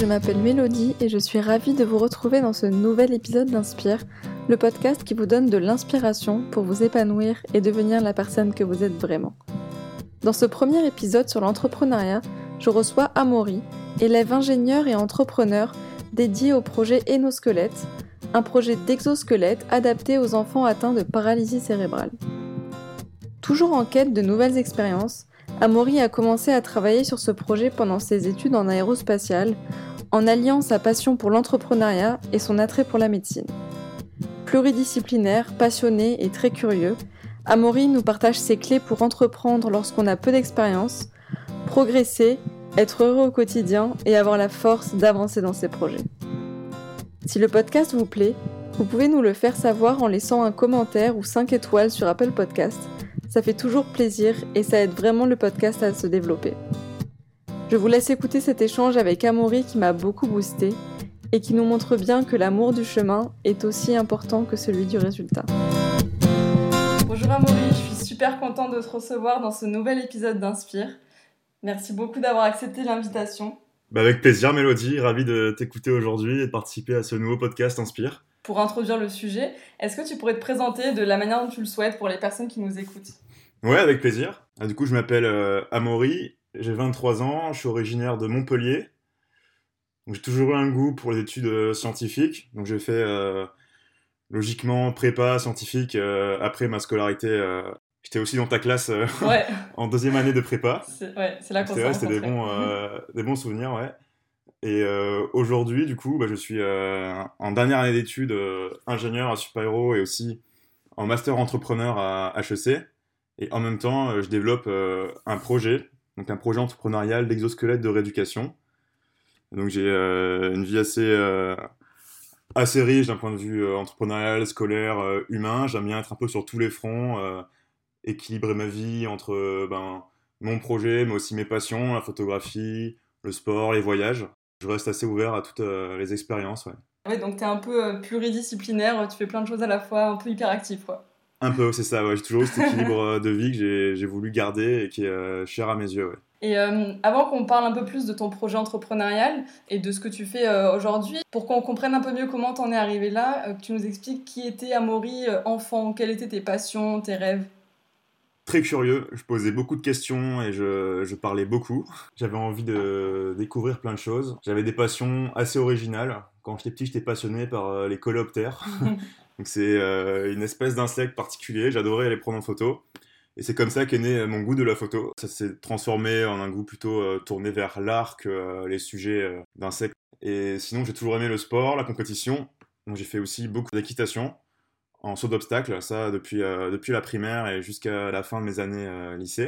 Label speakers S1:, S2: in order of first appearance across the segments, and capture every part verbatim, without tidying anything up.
S1: je m'appelle Mélodie et je suis ravie de vous retrouver dans ce nouvel épisode d'Inspire, le podcast qui vous donne de l'inspiration pour vous épanouir et devenir la personne que vous êtes vraiment. Dans ce premier épisode sur l'entrepreneuriat, je reçois Amaury, élève ingénieur et entrepreneur dédié au projet Enosquelette, un projet d'exosquelette adapté aux enfants atteints de paralysie cérébrale. Toujours en quête de nouvelles expériences, Amaury a commencé à travailler sur ce projet pendant ses études en aérospatiale, en alliant sa passion pour l'entrepreneuriat et son attrait pour la médecine. Pluridisciplinaire, passionné et très curieux, Amaury nous partage ses clés pour entreprendre lorsqu'on a peu d'expérience, progresser, être heureux au quotidien et avoir la force d'avancer dans ses projets. Si le podcast vous plaît, vous pouvez nous le faire savoir en laissant un commentaire ou cinq étoiles sur Apple Podcast. Ça fait toujours plaisir et ça aide vraiment le podcast à se développer. Je vous laisse écouter cet échange avec Amaury qui m'a beaucoup boosté et qui nous montre bien que l'amour du chemin est aussi important que celui du résultat. Bonjour Amaury, je suis super contente de te recevoir dans ce nouvel épisode d'Inspire. Merci beaucoup d'avoir accepté l'invitation.
S2: Bah avec plaisir Mélodie, ravi de t'écouter aujourd'hui et de participer à ce nouveau podcast Inspire.
S1: Pour introduire le sujet, est-ce que tu pourrais te présenter de la manière dont tu le souhaites pour les personnes qui nous écoutent ?
S2: Ouais, avec plaisir. Ah, du coup, je m'appelle euh, Amaury, j'ai vingt-trois ans, je suis originaire de Montpellier. Donc, j'ai toujours eu un goût pour les études euh, scientifiques. Donc j'ai fait euh, logiquement prépa scientifique euh, après ma scolarité. Euh, j'étais aussi dans ta classe euh,
S1: ouais.
S2: en deuxième année de prépa.
S1: C'est, ouais, c'est là qu'on
S2: c'était,
S1: s'est
S2: ouais, c'était des bons, euh, des bons souvenirs, ouais. Et euh, aujourd'hui, du coup, bah, je suis euh, en dernière année d'études, euh, ingénieur à Supaéro et aussi en master entrepreneur à H E C. Et en même temps, euh, je développe euh, un projet, donc un projet entrepreneurial d'exosquelette de rééducation. Donc j'ai euh, une vie assez, euh, assez riche d'un point de vue euh, entrepreneurial, scolaire, euh, humain. J'aime bien être un peu sur tous les fronts, euh, équilibrer ma vie entre euh, ben, mon projet, mais aussi mes passions, la photographie, le sport, les voyages. Je reste assez ouvert à toutes euh, les expériences. Ouais.
S1: Ouais, donc t'es un peu euh, pluridisciplinaire, tu fais plein de choses à la fois, un peu hyperactif, quoi.
S2: Un peu, c'est ça, ouais. J'ai toujours eu cet équilibre de vie que j'ai, j'ai voulu garder et qui est euh, cher à mes yeux. Ouais.
S1: Et euh, avant qu'on parle un peu plus de ton projet entrepreneurial et de ce que tu fais euh, aujourd'hui, pour qu'on comprenne un peu mieux comment t'en es arrivé là, euh, que tu nous expliques qui était Amaury euh, enfant, quelles étaient tes passions, tes rêves.
S2: Très curieux, je posais beaucoup de questions et je, je parlais beaucoup. J'avais envie de découvrir plein de choses. J'avais des passions assez originales. Quand j'étais petit, j'étais passionné par euh, les coléoptères. Donc c'est euh, une espèce d'insecte particulier, j'adorais les prendre en photo. Et c'est comme ça qu'est né mon goût de la photo. Ça s'est transformé en un goût plutôt euh, tourné vers l'art que euh, les sujets euh, d'insectes. Et sinon, j'ai toujours aimé le sport, la compétition. Donc j'ai fait aussi beaucoup d'équitation en saut d'obstacles, ça depuis, euh, depuis la primaire et jusqu'à la fin de mes années euh, lycée.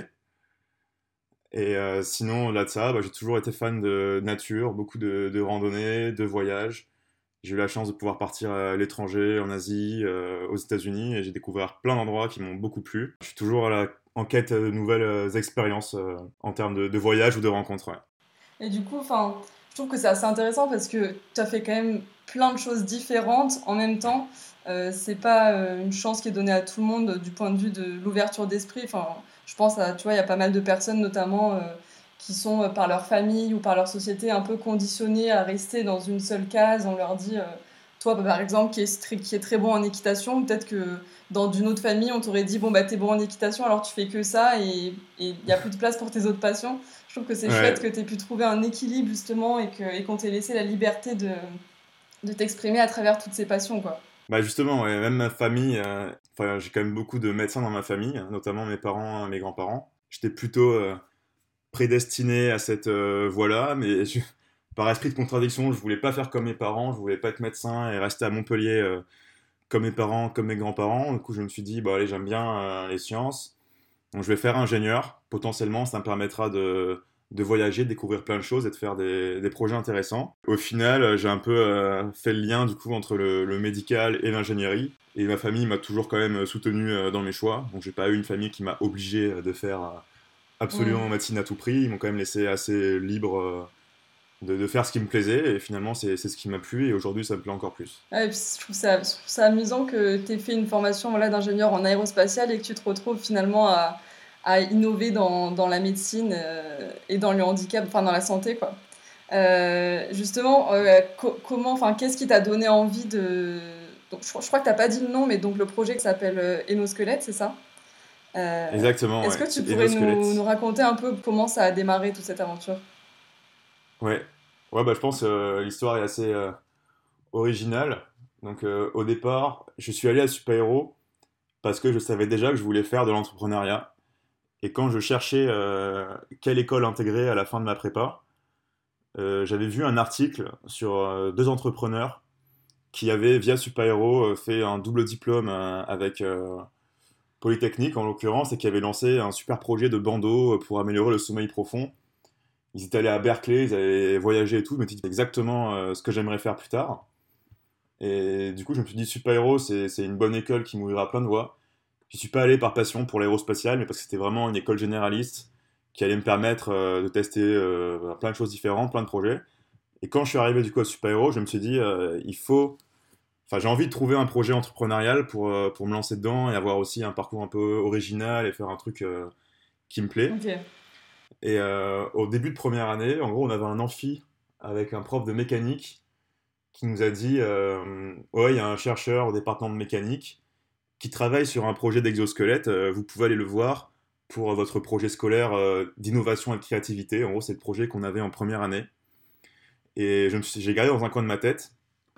S2: Et euh, sinon, au-delà de ça, bah, j'ai toujours été fan de nature, beaucoup de, de randonnées, de voyages. J'ai eu la chance de pouvoir partir à l'étranger, en Asie, euh, aux États-Unis, et j'ai découvert plein d'endroits qui m'ont beaucoup plu. Je suis toujours à la, en quête de nouvelles euh, expériences euh, en termes de, de voyage ou de rencontres. Ouais.
S1: Et du coup, je trouve que c'est assez intéressant parce que tu as fait quand même plein de choses différentes en même temps. Euh, c'est pas euh, une chance qui est donnée à tout le monde du point de vue de l'ouverture d'esprit. Enfin, je pense à, tu vois, il y a pas mal de personnes notamment euh, qui sont euh, par leur famille ou par leur société un peu conditionnées à rester dans une seule case. On leur dit, euh, toi bah, par exemple, qui est, très, qui est très bon en équitation, peut-être que dans une autre famille, on t'aurait dit, bon bah t'es bon en équitation, alors tu fais que ça et il n'y a plus de place pour tes autres passions. Je trouve que c'est ouais. chouette que tu aies pu trouver un équilibre justement et, que, et qu'on t'ait laissé la liberté de, de t'exprimer à travers toutes ces passions, quoi.
S2: Bah justement, ouais, même ma famille, euh, enfin, j'ai quand même beaucoup de médecins dans ma famille, notamment mes parents, mes grands-parents. J'étais plutôt euh, prédestiné à cette euh, voie-là, mais je, par esprit de contradiction, je voulais pas faire comme mes parents, je voulais pas être médecin et rester à Montpellier euh, comme mes parents, comme mes grands-parents. Du coup, je me suis dit, bah allez, j'aime bien euh, les sciences, donc je vais faire ingénieur. Potentiellement, ça me permettra de de voyager, de découvrir plein de choses et de faire des, des projets intéressants. Au final, j'ai un peu euh, fait le lien du coup entre le, le médical et l'ingénierie. Et ma famille m'a toujours quand même soutenu euh, dans mes choix. Donc j'ai pas eu une famille qui m'a obligé de faire euh, absolument mmh. médecine à tout prix. Ils m'ont quand même laissé assez libre euh, de, de faire ce qui me plaisait. Et finalement, c'est, c'est ce qui m'a plu. Et aujourd'hui, ça me plaît encore plus.
S1: Ouais, et puis je trouve ça, je trouve ça amusant que tu aies fait une formation voilà, d'ingénieur en aérospatiale et que tu te retrouves finalement à à innover dans, dans la médecine euh, et dans le handicap, enfin dans la santé, quoi. Euh, justement, euh, co- comment, enfin, qu'est-ce qui t'a donné envie de... Donc, je, je crois que t'as pas dit le nom, mais donc le projet qui s'appelle euh, Enosquelette, c'est ça? Euh,
S2: Exactement,
S1: Est-ce
S2: ouais.
S1: que tu
S2: C'est
S1: pourrais nous,
S2: Enosquelette.
S1: nous raconter un peu comment ça a démarré toute cette aventure?
S2: Ouais. Ouais, bah, je pense que l'histoire est assez euh, originale. Donc, euh, au départ, je suis allé à Super Hero parce que je savais déjà que je voulais faire de l'entrepreneuriat. Et quand je cherchais euh, quelle école intégrer à la fin de ma prépa, euh, j'avais vu un article sur euh, deux entrepreneurs qui avaient, via Super Hero, euh, fait un double diplôme euh, avec euh, Polytechnique en l'occurrence, et qui avaient lancé un super projet de bandeau pour améliorer le sommeil profond. Ils étaient allés à Berkeley, ils avaient voyagé et tout, mais c'était exactement euh, ce que j'aimerais faire plus tard. Et du coup, je me suis dit, Super Hero, c'est c'est une bonne école qui m'ouvrira plein de voies. Je suis pas allé par passion pour l'aérospatiale, mais parce que c'était vraiment une école généraliste qui allait me permettre euh, de tester euh, plein de choses différentes, plein de projets. Et quand je suis arrivé du coup à Super Hero, je me suis dit, euh, il faut. Enfin, j'ai envie de trouver un projet entrepreneurial pour, euh, pour me lancer dedans et avoir aussi un parcours un peu original et faire un truc euh, qui me plaît.
S1: Ok.
S2: Et euh, au début de première année, en gros, on avait un amphi avec un prof de mécanique qui nous a dit euh, ouais, il y a un chercheur au département de mécanique qui travaille sur un projet d'exosquelette, euh, vous pouvez aller le voir pour votre projet scolaire euh, d'innovation et de créativité. En gros, c'est le projet qu'on avait en première année. Et je me suis, j'ai gardé dans un coin de ma tête.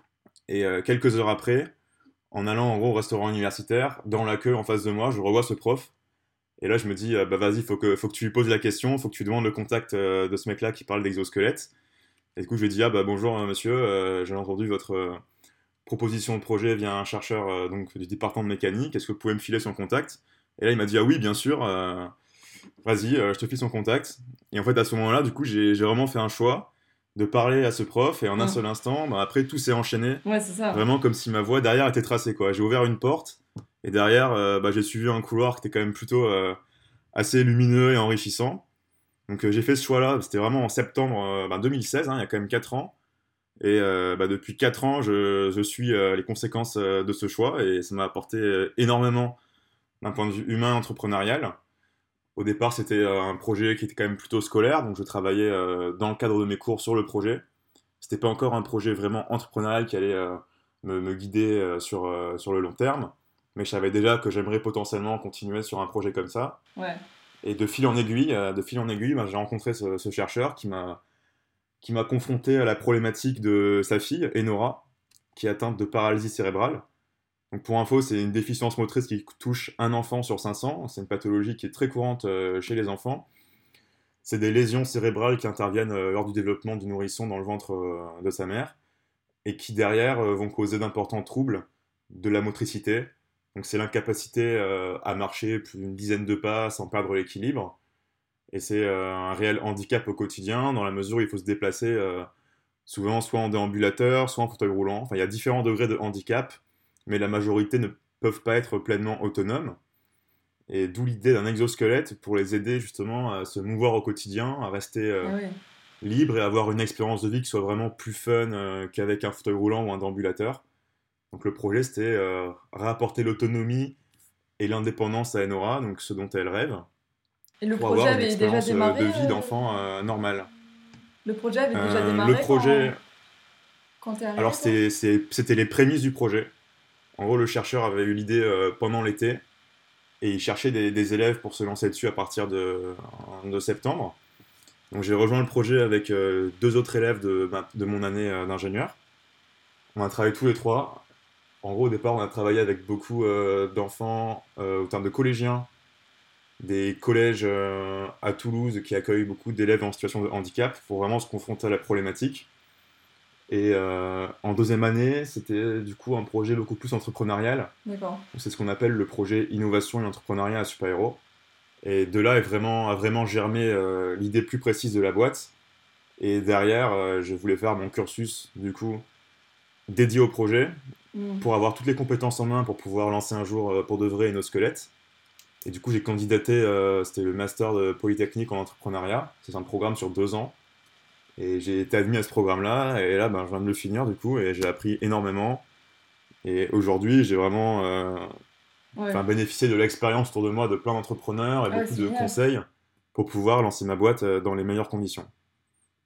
S2: Et euh, quelques heures après, en allant en gros au restaurant universitaire, dans la queue en face de moi, je revois ce prof. Et là, je me dis, euh, bah vas-y, faut que, faut que tu lui poses la question, faut que tu lui demandes le contact euh, de ce mec-là qui parle d'exosquelette. Et du coup, je lui dis, ah bah bonjour euh, monsieur, euh, j'ai entendu votre euh, proposition de projet via un chercheur euh, donc, du département de mécanique, est-ce que vous pouvez me filer son contact? Et là, il m'a dit, ah oui, bien sûr, euh, vas-y, euh, je te file son contact. Et en fait, à ce moment-là, du coup, j'ai j'ai vraiment fait un choix de parler à ce prof, et en un
S1: Hmm.
S2: seul instant, bah, après, tout s'est enchaîné,
S1: Ouais, c'est ça.
S2: vraiment comme si ma voie derrière était tracée, quoi. J'ai ouvert une porte, et derrière, euh, bah, j'ai suivi un couloir qui était quand même plutôt euh, assez lumineux et enrichissant. Donc euh, j'ai fait ce choix-là, c'était vraiment en septembre euh, bah, deux mille seize, hein, il y a quand même quatre ans. Et euh, bah, depuis quatre ans, je, je suis euh, les conséquences euh, de ce choix, et ça m'a apporté euh, énormément d'un point de vue humain entrepreneurial. Au départ, c'était euh, un projet qui était quand même plutôt scolaire, donc je travaillais euh, dans le cadre de mes cours sur le projet. C'était pas encore un projet vraiment entrepreneurial qui allait euh, me, me guider euh, sur, euh, sur le long terme, mais je savais déjà que j'aimerais potentiellement continuer sur un projet comme ça.
S1: Ouais.
S2: Et de fil en aiguille, euh, de fil en aiguille, ben, j'ai rencontré ce, ce chercheur qui m'a qui m'a confronté à la problématique de sa fille, Enora, qui est atteinte de paralysie cérébrale. Donc pour info, c'est une déficience motrice qui touche un enfant sur cinq cents. C'est une pathologie qui est très courante euh, chez les enfants. C'est des lésions cérébrales qui interviennent euh, lors du développement du nourrisson dans le ventre euh, de sa mère et qui derrière euh, vont causer d'importants troubles de la motricité. Donc c'est l'incapacité euh, à marcher plus d'une dizaine de pas sans perdre l'équilibre. Et c'est euh, un réel handicap au quotidien dans la mesure où il faut se déplacer euh, souvent soit en déambulateur, soit en fauteuil roulant. Enfin, il y a différents degrés de handicap, mais la majorité ne peuvent pas être pleinement autonomes. Et d'où l'idée d'un exosquelette pour les aider justement à se mouvoir au quotidien, à rester euh,
S1: Ah ouais.
S2: libre et avoir une expérience de vie qui soit vraiment plus fun euh, qu'avec un fauteuil roulant ou un déambulateur. Donc le projet, c'était euh, rapporter l'autonomie et l'indépendance à Enora, donc ce dont elle rêve,
S1: Et le
S2: pour
S1: projet
S2: avoir une
S1: avait déjà
S2: expérience euh,
S1: démarré
S2: de vie
S1: euh,
S2: d'enfant euh, normale.
S1: Le projet avait déjà
S2: Euh, le
S1: démarré quand,
S2: projet,
S1: quand t'es
S2: alors
S1: arrivé, toi?
S2: c'est- c'est- c'était les prémices du projet. En gros, le chercheur avait eu l'idée euh, pendant l'été et il cherchait des, des élèves pour se lancer dessus à partir de, de septembre. Donc j'ai rejoint le projet avec euh, deux autres élèves de, ben, de mon année euh, d'ingénieur. On a travaillé tous les trois. En gros, au départ, on a travaillé avec beaucoup euh, d'enfants, euh, au terme de collégiens, des collèges euh, à Toulouse qui accueillent beaucoup d'élèves en situation de handicap pour vraiment se confronter à la problématique. Et euh, en deuxième année, c'était du coup un projet beaucoup plus entrepreneurial.
S1: D'accord.
S2: C'est ce qu'on appelle le projet innovation et entrepreneuriat à Super Hero. Et de là est vraiment, a vraiment germé euh, l'idée plus précise de la boîte. Et derrière, euh, je voulais faire mon cursus, du coup, dédié au projet,
S1: Hmm.
S2: pour avoir toutes les compétences en main pour pouvoir lancer un jour euh, pour de vrai nos squelettes. Et du coup, j'ai candidaté, euh, c'était le master de Polytechnique en entrepreneuriat. C'est un programme sur deux ans. Et j'ai été admis à ce programme-là. Et là, ben, je viens de le finir, du coup, et j'ai appris énormément. Et aujourd'hui, j'ai vraiment euh,
S1: Ouais.
S2: enfin, bénéficié de l'expérience autour de moi de plein d'entrepreneurs et
S1: Ah ouais,
S2: beaucoup
S1: c'est
S2: de
S1: génial.
S2: conseils pour pouvoir lancer ma boîte euh, dans les meilleures conditions.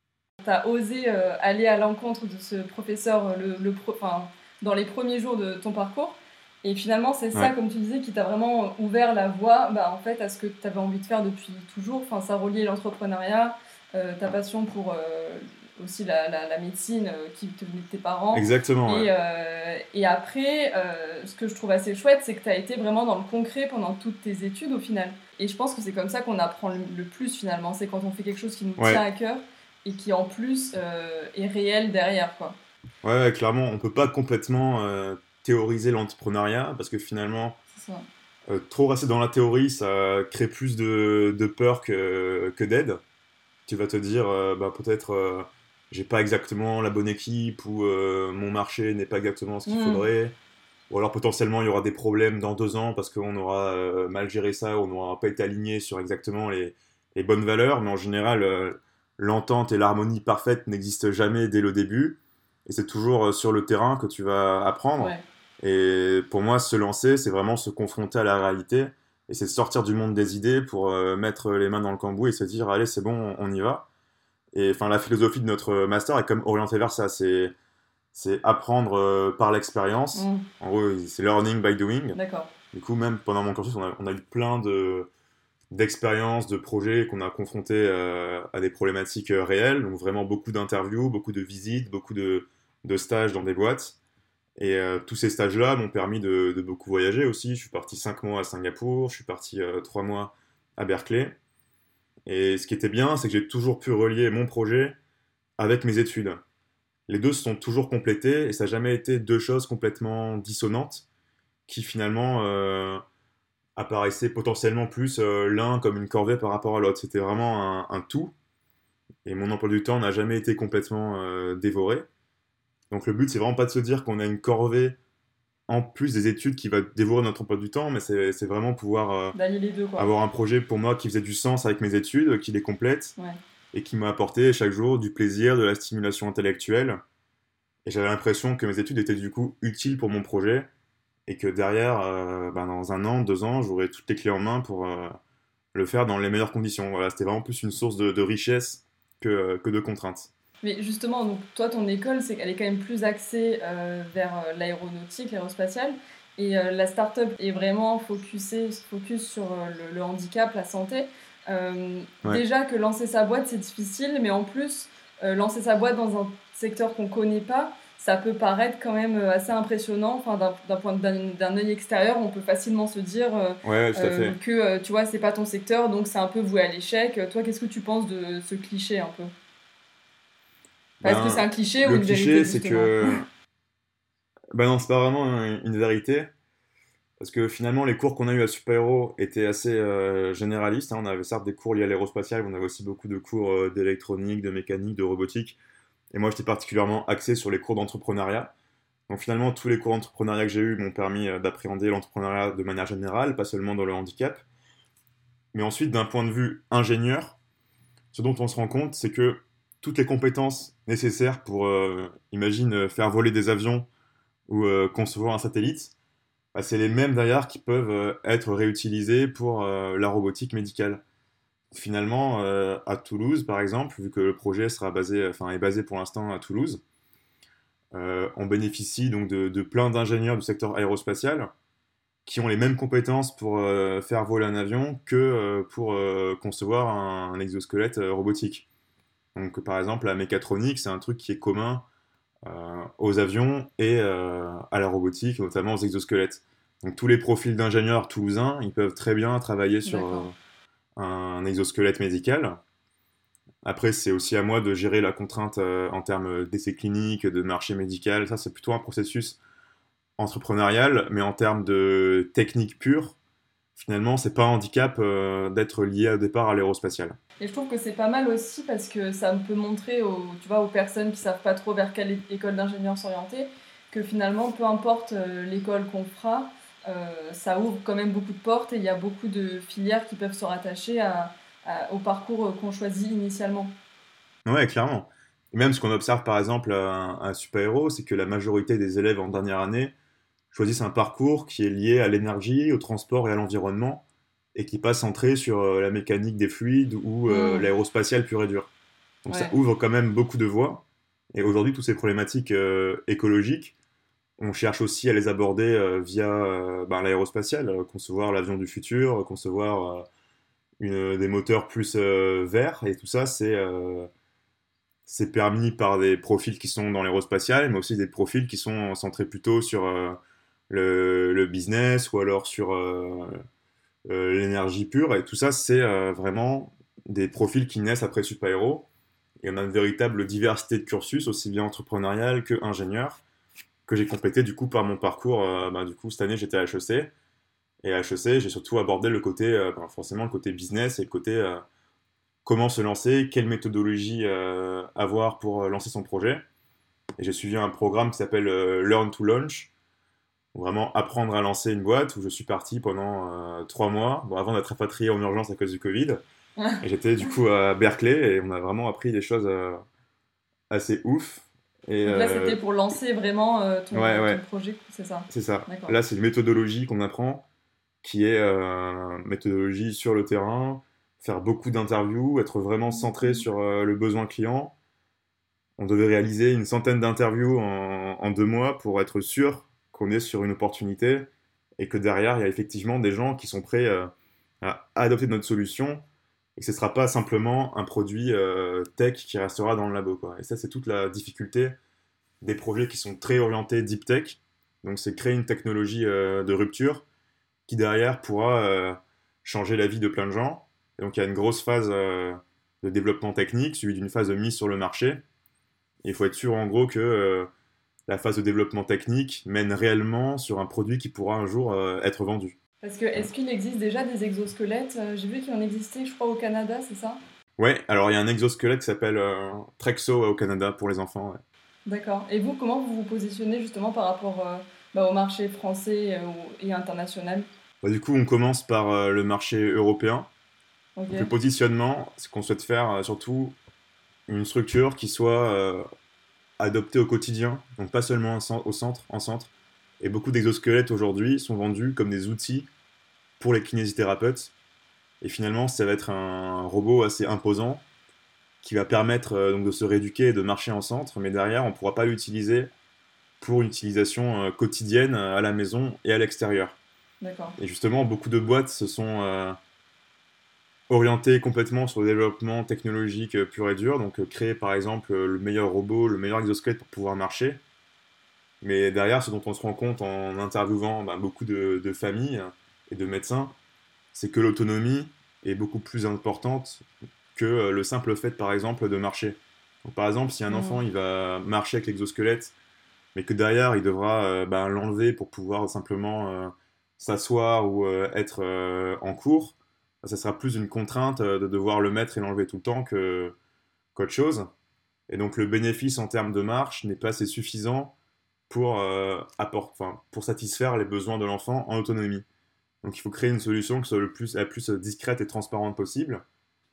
S1: Tu as osé euh, aller à l'encontre de ce professeur le, le pro, dans les premiers jours de ton parcours. Et finalement, c'est ça, ouais. Comme tu disais, qui t'a vraiment ouvert la voie bah, en fait, à ce que tu avais envie de faire depuis toujours. Enfin, ça reliait l'entrepreneuriat, euh, ta passion pour euh, aussi la, la, la médecine euh, qui te venait de tes parents.
S2: Exactement.
S1: Et,
S2: ouais.
S1: euh, et après, euh, ce que je trouve assez chouette, c'est que tu as été vraiment dans le concret pendant toutes tes études au final. Et je pense que c'est comme ça qu'on apprend le, le plus finalement. C'est quand on fait quelque chose qui nous ouais. tient à cœur et qui en plus euh, est réel derrière, quoi.
S2: Ouais, ouais, clairement, on peut pas complètement euh, théoriser l'entrepreneuriat parce que finalement, euh, trop rester dans la théorie, ça crée plus de, de peur que, que d'aide. Tu vas te dire, euh, bah, peut-être euh, j'ai pas exactement la bonne équipe ou euh, mon marché n'est pas exactement ce qu'il mmh. faudrait. Ou alors potentiellement il y aura des problèmes dans deux ans parce qu'on aura euh, mal géré ça, ou on n'aura pas été aligné sur exactement les, les bonnes valeurs. Mais en général, euh, l'entente et l'harmonie parfaite n'existent jamais dès le début. Et c'est toujours sur le terrain que tu vas apprendre.
S1: Ouais.
S2: Et pour moi, se lancer, c'est vraiment se confronter à la réalité. Et c'est sortir du monde des idées pour euh, mettre les mains dans le cambouis et se dire, allez, c'est bon, on y va. Et enfin, la philosophie de notre master est comme orientée vers ça. C'est, c'est apprendre euh, par l'expérience. Mmh. En gros, c'est learning by doing.
S1: D'accord.
S2: Du coup, même pendant mon cursus, on a, on a eu plein de, d'expériences, de projets qu'on a confrontés euh, à des problématiques euh, réelles. Donc vraiment beaucoup d'interviews, beaucoup de visites, beaucoup de, de stages dans des boîtes. Et euh, tous ces stages-là m'ont permis de, de beaucoup voyager aussi. Je suis parti cinq mois à Singapour, je suis parti euh, trois mois à Berkeley. Et ce qui était bien, c'est que j'ai toujours pu relier mon projet avec mes études. Les deux se sont toujours complétés et ça n'a jamais été deux choses complètement dissonantes qui finalement euh, apparaissaient potentiellement plus euh, l'un comme une corvée par rapport à l'autre. C'était vraiment un, un tout. Et mon emploi du temps n'a jamais été complètement euh, dévoré. Donc le but, c'est vraiment pas de se dire qu'on a une corvée en plus des études qui va dévorer notre emploi du temps, mais c'est, c'est vraiment pouvoir euh,
S1: d'allier les deux, quoi.
S2: Avoir un projet pour moi qui faisait du sens avec mes études, qui les complète,
S1: ouais.
S2: et qui m'a apporté chaque jour du plaisir, de la stimulation intellectuelle. Et j'avais l'impression que mes études étaient du coup utiles pour mon projet, et que derrière, euh, ben dans un an, deux ans, j'aurais toutes les clés en main pour euh, le faire dans les meilleures conditions. Voilà, c'était vraiment plus une source de, de richesse que, que de contraintes.
S1: Mais justement, donc, toi, ton école, c'est qu'elle est quand même plus axée euh, vers euh, l'aéronautique, l'aérospatiale. Et euh, la start-up est vraiment focusée, focus sur euh, le, le handicap, la santé. Euh, ouais. Déjà que lancer sa boîte, c'est difficile, mais en plus, euh, lancer sa boîte dans un secteur qu'on ne connaît pas, ça peut paraître quand même assez impressionnant. Enfin, d'un, d'un point de, d'un, d'un œil extérieur, on peut facilement se dire euh,
S2: ouais, tout à fait.
S1: euh, que euh, tu vois, c'est pas ton secteur, donc c'est un peu voué à l'échec. Toi, qu'est-ce que tu penses de ce cliché un peu?
S2: Ben,
S1: Est-ce que c'est un cliché
S2: ou
S1: une vérité?
S2: Le cliché, c'est que... Ben non, c'est pas vraiment une vérité. Parce que finalement, les cours qu'on a eu à Super Héros étaient assez euh, généralistes. Hein. On avait certes des cours liés à l'aérospatiale, mais on avait aussi beaucoup de cours euh, d'électronique, de mécanique, de robotique. Et moi, j'étais particulièrement axé sur les cours d'entrepreneuriat. Donc finalement, tous les cours d'entrepreneuriat que j'ai eus m'ont permis euh, d'appréhender l'entrepreneuriat de manière générale, pas seulement dans le handicap. Mais ensuite, d'un point de vue ingénieur, ce dont on se rend compte, c'est que toutes les compétences nécessaires pour, euh, imagine, faire voler des avions ou euh, concevoir un satellite, bah, c'est les mêmes derrière qui peuvent euh, être réutilisés pour euh, la robotique médicale. Finalement, euh, à Toulouse, par exemple, vu que le projet sera basé, enfin, est basé pour l'instant à Toulouse, euh, on bénéficie donc de, de plein d'ingénieurs du secteur aérospatial qui ont les mêmes compétences pour euh, faire voler un avion que euh, pour euh, concevoir un, un exosquelette euh, robotique. Donc, par exemple, la mécatronique, c'est un truc qui est commun euh, aux avions et euh, à la robotique, notamment aux exosquelettes. Donc, tous les profils d'ingénieurs toulousains, ils peuvent très bien travailler sur euh, un exosquelette médical. Après, c'est aussi à moi de gérer la contrainte euh, en termes d'essais cliniques, de marché médical. Ça, c'est plutôt un processus entrepreneurial, mais en termes de technique pure, finalement, c'est pas un handicap euh, d'être lié au départ à l'aérospatiale.
S1: Et je trouve que c'est pas mal aussi parce que ça peut montrer aux, tu vois, aux personnes qui savent pas trop vers quelle école d'ingénieur s'orienter que finalement, peu importe euh, l'école qu'on fera, euh, ça ouvre quand même beaucoup de portes et il y a beaucoup de filières qui peuvent se rattacher à, à, au parcours qu'on choisit initialement.
S2: Ouais, clairement. Et même ce qu'on observe par exemple à, à Super Héros, c'est que la majorité des élèves en dernière année choisissent un parcours qui est lié à l'énergie, au transport et à l'environnement, et qui n'est pas centré sur euh, la mécanique des fluides ou euh, mmh. l'aérospatiale pure et dure. Donc ça
S1: Ouais.
S2: ouvre quand même beaucoup de voies. Et aujourd'hui, toutes ces problématiques euh, écologiques, on cherche aussi à les aborder euh, via euh, ben, l'aérospatiale, euh, concevoir l'avion du futur, euh, concevoir euh, une- des moteurs plus euh, verts. Et tout ça, c'est euh, c'est permis par des profils qui sont dans l'aérospatial, mais aussi des profils qui sont centrés plutôt sur euh, le, le business ou alors sur euh, euh, l'énergie pure. Et tout ça, c'est euh, vraiment des profils qui naissent après Supaéro. Et on a une véritable diversité de cursus, aussi bien entrepreneurial que ingénieur, que j'ai complété du coup par mon parcours. Euh, bah, du coup, cette année, j'étais à H E C. Et à H E C, j'ai surtout abordé le côté, euh, bah, forcément, le côté business et le côté euh, comment se lancer, quelle méthodologie euh, avoir pour euh, lancer son projet. Et j'ai suivi un programme qui s'appelle euh, Learn to Launch, où vraiment apprendre à lancer une boîte, où je suis parti pendant euh, trois mois, bon, avant d'être rapatrié en urgence à cause du Covid. Et j'étais du coup à Berkeley et on a vraiment appris des choses euh, assez ouf. Et
S1: Donc là, c'était
S2: euh,
S1: pour lancer vraiment euh,
S2: ouais,
S1: ton, ton
S2: ouais,
S1: projet, c'est ça?
S2: c'est ça.
S1: D'accord.
S2: Là, c'est une méthodologie qu'on apprend, qui est euh, méthodologie sur le terrain, faire beaucoup d'interviews, être vraiment centré sur euh, le besoin client. On devait réaliser une centaine d'interviews en, en deux mois pour être sûr qu'on est sur une opportunité et que derrière, il y a effectivement des gens qui sont prêts euh, à adopter notre solution et que ce ne sera pas simplement un produit euh, tech qui restera dans le labo, quoi. Et ça, c'est toute la difficulté des projets qui sont très orientés deep tech. Donc, c'est créer une technologie euh, de rupture qui derrière pourra euh, changer la vie de plein de gens. Et donc, il y a une grosse phase euh, de développement technique suivie d'une phase de mise sur le marché. Et il faut être sûr, en gros, que euh, la phase de développement technique mène réellement sur un produit qui pourra un jour euh, être vendu.
S1: Parce que
S2: Voilà.
S1: est-ce qu'il existe déjà des exosquelettes? Euh, J'ai vu qu'il en existait, je crois, au Canada, c'est ça?
S2: Ouais, alors il y a un exosquelette qui s'appelle euh, Trexo au Canada pour les enfants. Ouais.
S1: D'accord. Et vous, comment vous vous positionnez justement par rapport euh, bah, au marché français euh, ou- et international?
S2: Bah, du coup, on commence par euh, le marché européen.
S1: Ok.
S2: Donc le positionnement, c'est qu'on souhaite faire euh, surtout une structure qui soit euh, adoptée au quotidien, donc pas seulement au centre, en centre. Et beaucoup d'exosquelettes aujourd'hui sont vendus comme des outils pour les kinésithérapeutes. Et finalement, ça va être un robot assez imposant qui va permettre euh, donc de se rééduquer et de marcher en centre, mais derrière, on ne pourra pas l'utiliser pour une utilisation euh, quotidienne euh, à la maison et à l'extérieur.
S1: D'accord.
S2: Et justement, beaucoup de boîtes se sont euh, orientées complètement sur le développement technologique euh, pur et dur, donc euh, créer par exemple euh, le meilleur robot, le meilleur exosquelette pour pouvoir marcher. Mais derrière, ce dont on se rend compte en interviewant ben, beaucoup de, de familles et de médecins, c'est que l'autonomie est beaucoup plus importante que euh, le simple fait, par exemple, de marcher. Donc, par exemple, si un enfant
S1: Hmm.
S2: il va marcher avec l'exosquelette, mais que derrière il devra euh, ben, l'enlever pour pouvoir simplement euh, s'asseoir ou euh, être euh, en cours, ben, ça sera plus une contrainte euh, de devoir le mettre et l'enlever tout le temps que, qu'autre chose. Et donc le bénéfice en termes de marche n'est pas assez suffisant pour, euh, apport- enfin, pour satisfaire les besoins de l'enfant en autonomie. Donc il faut créer une solution qui soit le plus, la plus discrète et transparente possible.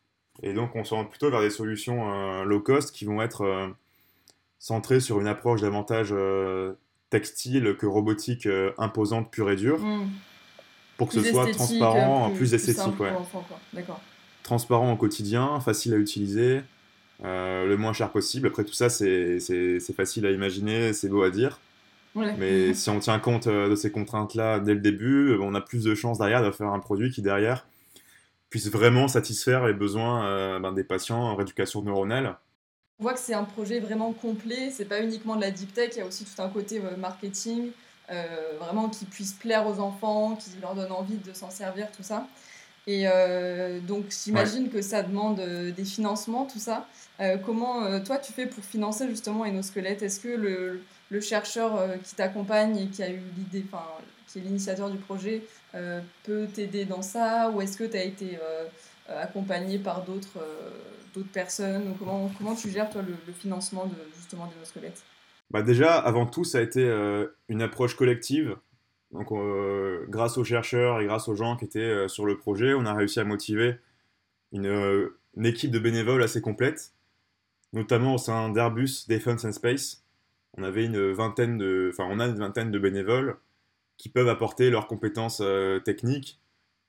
S2: Et donc on s'oriente plutôt vers des solutions euh, low cost qui vont être euh, centrées sur une approche davantage euh, textile que robotique euh, imposante pure et dure,
S1: Hmm.
S2: pour que ce
S1: Plus
S2: soit
S1: esthétique, euh,
S2: transparent,
S1: plus,
S2: plus
S1: plus simple
S2: esthétique,
S1: pour
S2: ouais.
S1: l'enfant, quoi. D'accord.
S2: Transparent au quotidien, facile à utiliser, euh, le moins cher possible. Après tout ça, c'est, c'est, c'est facile à imaginer, c'est beau à dire.
S1: Ouais.
S2: Mais si on tient compte euh, de ces contraintes-là dès le début, on a plus de chances derrière de faire un produit qui derrière puisse vraiment satisfaire les besoins euh, ben, des patients en rééducation neuronale.
S1: On voit que c'est un projet vraiment complet, c'est pas uniquement de la deep tech, il y a aussi tout un côté euh, marketing, euh, vraiment qui puisse plaire aux enfants, qui leur donne envie de s'en servir, tout ça. Et euh, donc
S2: Ouais.
S1: j'imagine que ça demande euh, des financements, tout ça. Euh, comment euh, toi tu fais pour financer justement Enosquelette? Est-ce que le, le chercheur euh, qui t'accompagne et qui a eu l'idée, enfin qui est l'initiateur du projet, euh, peut t'aider dans ça? Ou est-ce que tu as été euh, euh, accompagné par d'autres euh, d'autres personnes? Ou comment, comment tu gères toi le, le financement de justement d'Enosquelette?
S2: Bah déjà, avant tout, ça a été euh, une approche collective. Donc, euh, grâce aux chercheurs et grâce aux gens qui étaient euh, sur le projet, on a réussi à motiver une, euh, une équipe de bénévoles assez complète, notamment au sein d'Airbus Defence and Space. On avait une vingtaine de, enfin, on a une vingtaine de bénévoles qui peuvent apporter leurs compétences euh, techniques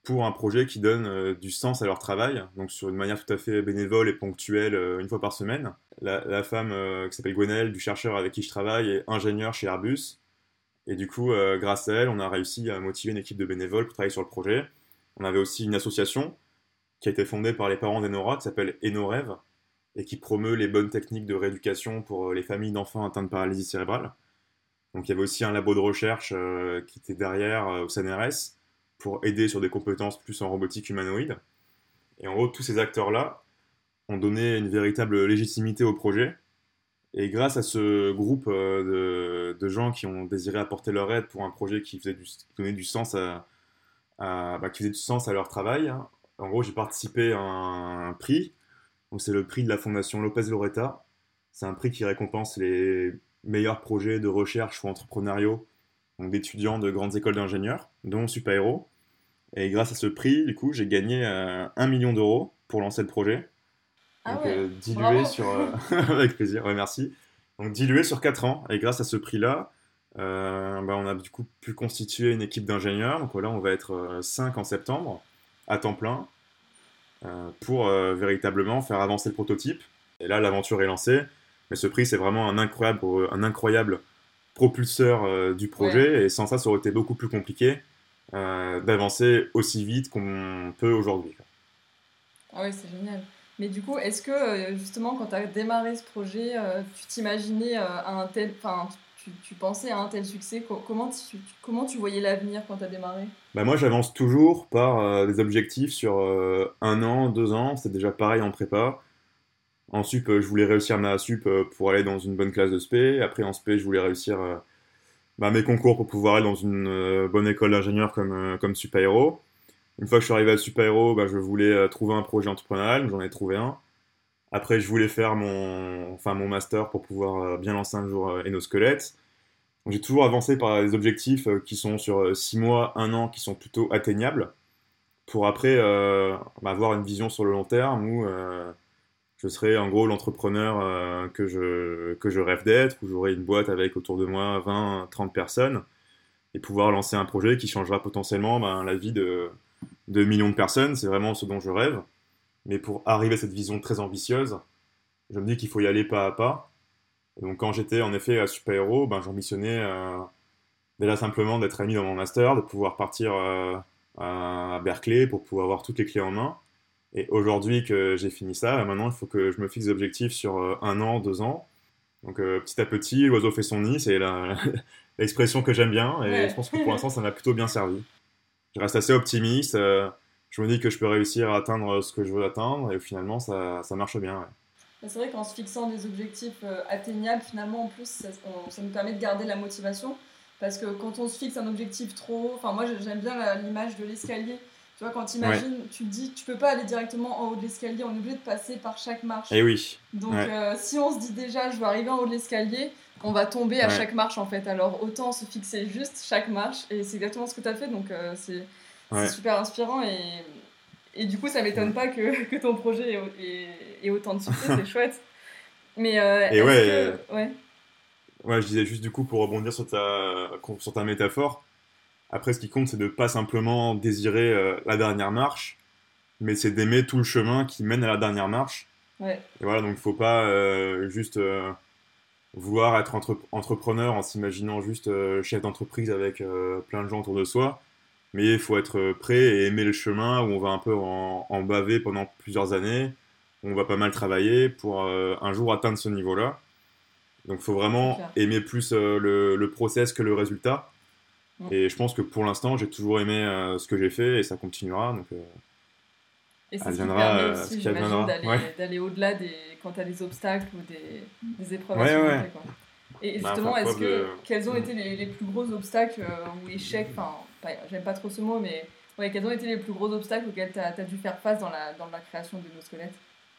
S2: pour un projet qui donne euh, du sens à leur travail, donc sur une manière tout à fait bénévole et ponctuelle, euh, une fois par semaine. La, la femme euh, qui s'appelle Gwenaëlle, du chercheur avec qui je travaille, est ingénieure chez Airbus. Et du coup, euh, grâce à elle, on a réussi à motiver une équipe de bénévoles pour travailler sur le projet. On avait aussi une association qui a été fondée par les parents d'Enora, qui s'appelle Enorêve, et qui promeut les bonnes techniques de rééducation pour les familles d'enfants atteints de paralysie cérébrale. Donc il y avait aussi un labo de recherche euh, qui était derrière euh, au C N R S pour aider sur des compétences plus en robotique humanoïde. Et en gros, tous ces acteurs-là ont donné une véritable légitimité au projet. Et grâce à ce groupe euh, de, de gens qui ont désiré apporter leur aide pour un projet qui faisait du, qui donnait du sens à, à- bah, qui faisait du sens à leur travail, hein, en gros, j'ai participé à un, un prix. Donc c'est le prix de la Fondation Lopez Loretta. C'est un prix qui récompense les meilleurs projets de recherche ou entrepreneuriaux, donc d'étudiants de grandes écoles d'ingénieurs, dont Supaéro. Et grâce à ce prix, du coup, j'ai gagné euh, un million d'euros pour lancer le projet.
S1: Ah
S2: Donc
S1: ouais,
S2: euh, dilué
S1: bravo.
S2: sur... euh, avec plaisir, ouais, merci. Donc dilué sur quatre ans. Et grâce à ce prix-là, euh, bah, on a du coup pu constituer une équipe d'ingénieurs. Donc voilà, on va être euh, cinq en septembre, à temps plein, euh, pour euh, véritablement faire avancer le prototype. Et là, l'aventure est lancée. Mais ce prix, c'est vraiment un incroyable, un incroyable propulseur euh, du
S1: Ouais.
S2: projet. Et sans ça, ça aurait été beaucoup plus compliqué euh, d'avancer aussi vite qu'on peut aujourd'hui.
S1: Ah ouais, c'est génial. Mais du coup, est-ce que euh, justement, quand tu as démarré ce projet, euh, tu t'imaginais euh, à un tel, enfin, tu, tu pensais à un tel succès? Co- comment, tu, tu- comment tu voyais l'avenir quand tu as démarré?
S2: Bah moi, j'avance toujours par euh, des objectifs sur euh, un an, deux ans. C'est déjà pareil en prépa. En sup, euh, je voulais réussir ma sup euh, pour aller dans une bonne classe de spé. Après, en spé, je voulais réussir euh, bah, mes concours pour pouvoir aller dans une euh, bonne école d'ingénieur comme, euh, comme Supaéro. Une fois que je suis arrivé à Supaéro, bah, je voulais euh, trouver un projet entrepreneurial. J'en ai trouvé un. Après, je voulais faire mon, enfin, mon master pour pouvoir euh, bien lancer un jour euh, Enosquelette. Donc, j'ai toujours avancé par des objectifs euh, qui sont sur euh, six mois, un an, qui sont plutôt atteignables, pour après euh, bah, avoir une vision sur le long terme où euh, je serai en gros l'entrepreneur euh, que, je, que je rêve d'être, où j'aurai une boîte avec autour de moi vingt, trente personnes, et pouvoir lancer un projet qui changera potentiellement ben, la vie de, de millions de personnes. C'est vraiment ce dont je rêve. Mais pour arriver à cette vision très ambitieuse, je me dis qu'il faut y aller pas à pas. Et donc quand j'étais en effet à Super-Héros, ben, j'ambitionnais euh, déjà simplement d'être admis dans mon master, de pouvoir partir euh, à Berkeley pour pouvoir avoir toutes les clés en main. Et aujourd'hui que j'ai fini ça, maintenant il faut que je me fixe des objectifs sur euh, un an, deux ans. Donc euh, petit à petit, l'oiseau fait son nid, c'est la- l'expression que j'aime bien et je
S1: Ouais.
S2: pense que pour l'instant ça m'a plutôt bien servi. Je reste assez optimiste, euh, je me dis que je peux réussir à atteindre ce que je veux atteindre et finalement ça, ça marche bien. Ouais.
S1: Mais c'est vrai qu'en se fixant des objectifs euh, atteignables, finalement, en plus, ça, on- ça nous permet de garder la motivation. Parce que quand on se fixe un objectif trop haut, enfin, moi j'aime bien la- l'image de l'escalier. Tu vois, quand tu
S2: Ouais.
S1: imagines, tu te dis, tu peux pas aller directement en haut de l'escalier, on est obligé de passer par chaque
S2: Et
S1: marche.
S2: oui.
S1: Donc,
S2: Ouais.
S1: euh, si on se dit déjà, je veux arriver en haut de l'escalier, on va tomber à
S2: Ouais.
S1: chaque marche en fait. Alors, autant se fixer juste chaque marche, et c'est exactement ce que tu as fait, donc euh, c'est c'est
S2: Ouais.
S1: super inspirant. Et, et du coup, ça m'étonne
S2: Ouais.
S1: pas que, que ton projet ait, ait- ait autant de succès, c'est chouette. Mais euh,
S2: Et
S1: est-ce
S2: ouais,
S1: que. Ouais.
S2: ouais, je disais juste du coup pour rebondir sur ta, sur ta métaphore, après ce qui compte c'est de pas simplement désirer euh, la dernière marche, mais c'est d'aimer tout le chemin qui mène à la dernière marche.
S1: Ouais.
S2: Et voilà, donc il faut pas euh, juste euh, vouloir être entre- entrepreneur en s'imaginant juste euh, chef d'entreprise avec euh, plein de gens autour de soi, mais il faut être prêt et aimer le chemin où on va un peu en, en baver pendant plusieurs années, où on va pas mal travailler pour euh, un jour atteindre ce niveau-là. Donc il faut
S1: C'est
S2: vraiment
S1: clair.
S2: aimer plus euh, le, le process que le résultat.
S1: Mm.
S2: Et je pense que pour l'instant, j'ai toujours aimé euh, ce que j'ai fait et ça continuera. Donc, euh,
S1: Et c'est ce qui te
S2: adviendra
S1: permet
S2: euh, ce
S1: aussi,
S2: qui
S1: j'imagine,
S2: adviendra. Ouais,
S1: d'aller d'aller au-delà des quand t'as des obstacles ou des, des épreuves à
S2: ouais,
S1: surmonter,
S2: ouais.
S1: quoi. Et
S2: Bah, faire
S1: justement, est-ce
S2: preuve
S1: que
S2: de.
S1: quels ont
S2: Mm.
S1: été les, les plus gros obstacles euh, ou échecs, enfin, pas- j'aime pas trop ce mot, mais ouais, quels ont été les plus gros obstacles auxquels t'as as dû faire face dans la, dans la création de nos squelettes?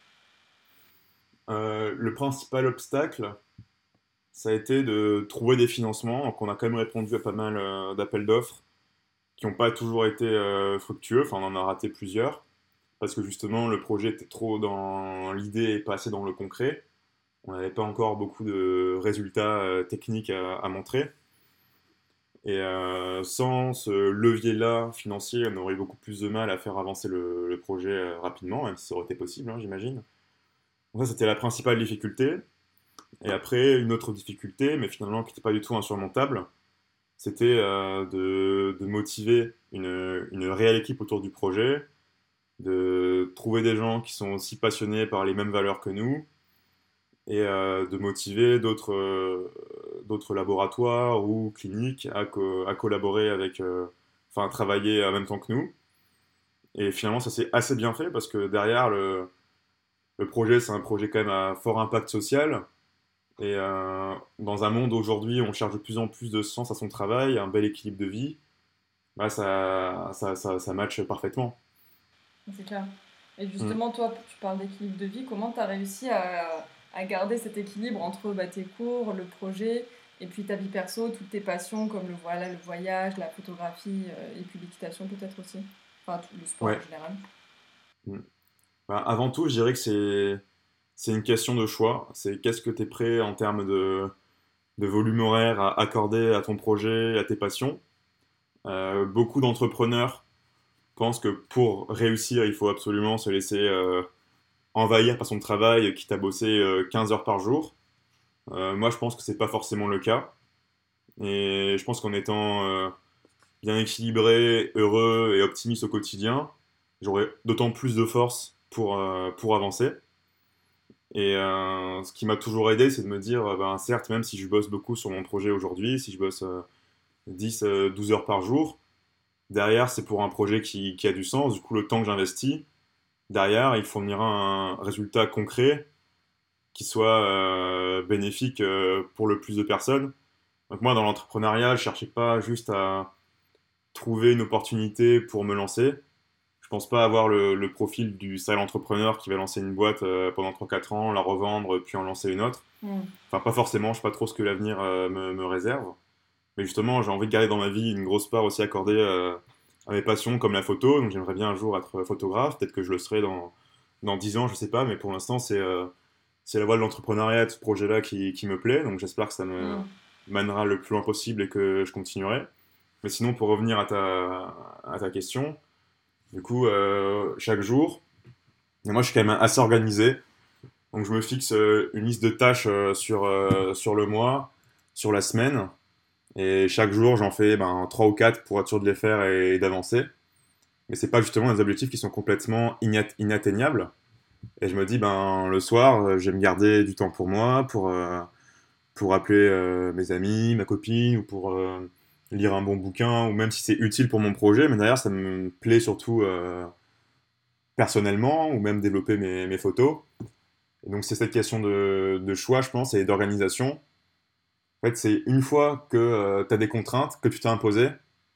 S2: Euh, le principal obstacle, ça a été de trouver des financements. Donc, on a quand même répondu à pas mal euh, d'appels d'offres qui n'ont pas toujours été euh, fructueux. Enfin, on en a raté plusieurs parce que justement, le projet était trop dans l'idée et pas assez dans le concret. On n'avait pas encore beaucoup de résultats euh, techniques à, à montrer. Et euh, sans ce levier-là financier, on aurait beaucoup plus de mal à faire avancer le, le projet euh, rapidement, même si ça aurait été possible, hein, j'imagine. Donc ça, c'était la principale difficulté. Et après, une autre difficulté, mais finalement qui n'était pas du tout insurmontable, c'était euh, de, de motiver une, une réelle équipe autour du projet, de trouver des gens qui sont aussi passionnés par les mêmes valeurs que nous, et euh, de motiver d'autres euh, d'autres laboratoires ou cliniques à, co- à collaborer avec, euh, enfin, à travailler en même temps que nous. Et finalement, ça s'est assez bien fait parce que derrière, le, le projet, c'est un projet quand même à fort impact social. Et euh, dans un monde où aujourd'hui, on cherche de plus en plus de sens à son travail, un bel équilibre de vie, bah, ça, ça, ça, ça matche parfaitement.
S1: C'est clair. Et
S2: Mm.
S1: justement, toi, tu parles d'équilibre de vie. Comment tu as réussi à, à garder cet équilibre entre bah, tes cours, le projet, et puis ta vie perso, toutes tes passions comme le, voilà, le voyage, la photographie, euh, et puis l'équitation peut-être aussi. Enfin, tout le sport en
S2: Ouais.
S1: général.
S2: Mm. Bah, avant tout, je dirais que c'est, c'est une question de choix. C'est qu'est-ce que tu es prêt en termes de, de volume horaire à accorder à ton projet, à tes passions. Euh, beaucoup d'entrepreneurs pensent que pour réussir, il faut absolument se laisser euh, envahir par son travail, quitte à bosser euh, quinze heures par jour. Euh, moi, je pense que c'est pas forcément le cas. Et je pense qu'en étant euh, bien équilibré, heureux et optimiste au quotidien, j'aurai d'autant plus de force pour, euh, pour avancer. Et euh, ce qui m'a toujours aidé, c'est de me dire, euh, ben, certes, même si je bosse beaucoup sur mon projet aujourd'hui, si je bosse euh, dix, euh, douze heures par jour, derrière, c'est pour un projet qui, qui a du sens. Du coup, le temps que j'investis, derrière, il fournira un résultat concret qui soit euh, bénéfique euh, pour le plus de personnes. Donc moi, dans l'entrepreneuriat, je cherchais pas juste à trouver une opportunité pour me lancer. Je pense pas avoir le, le profil du serial entrepreneur qui va lancer une boîte euh, pendant trois quatre ans, la revendre, puis en lancer une autre.
S1: Mm.
S2: Enfin, pas forcément, je sais pas trop ce que l'avenir euh, me, me réserve. Mais justement, j'ai envie de garder dans ma vie une grosse part aussi accordée euh, à mes passions comme la photo. Donc j'aimerais bien un jour être photographe. Peut-être que je le serai dans, dans dix ans, je sais pas. Mais pour l'instant, c'est euh, c'est la voie de l'entrepreneuriat, de ce projet-là qui, qui me plaît. Donc j'espère que ça me
S1: Mm.
S2: mènera le plus loin possible et que je continuerai. Mais sinon, pour revenir à ta, à ta question, du coup, euh, chaque jour, et moi je suis quand même assez organisé. Donc je me fixe euh, une liste de tâches euh, sur, euh, sur le mois, sur la semaine. Et chaque jour, j'en fais ben, trois ou quatre pour être sûr de les faire et, et d'avancer. Mais c'est pas justement des objectifs qui sont complètement inat- inatteignables. Et je me dis, ben, le soir, euh, je vais me garder du temps pour moi, pour, euh, pour appeler euh, mes amis, ma copine, ou pour euh, lire un bon bouquin, ou même si c'est utile pour mon projet. Mais d'ailleurs, ça me plaît surtout euh, personnellement, ou même développer mes, mes photos. Et donc, c'est cette question de, de choix, je pense, et d'organisation. En fait, c'est une fois que tu as des contraintes que tu t'es imposées,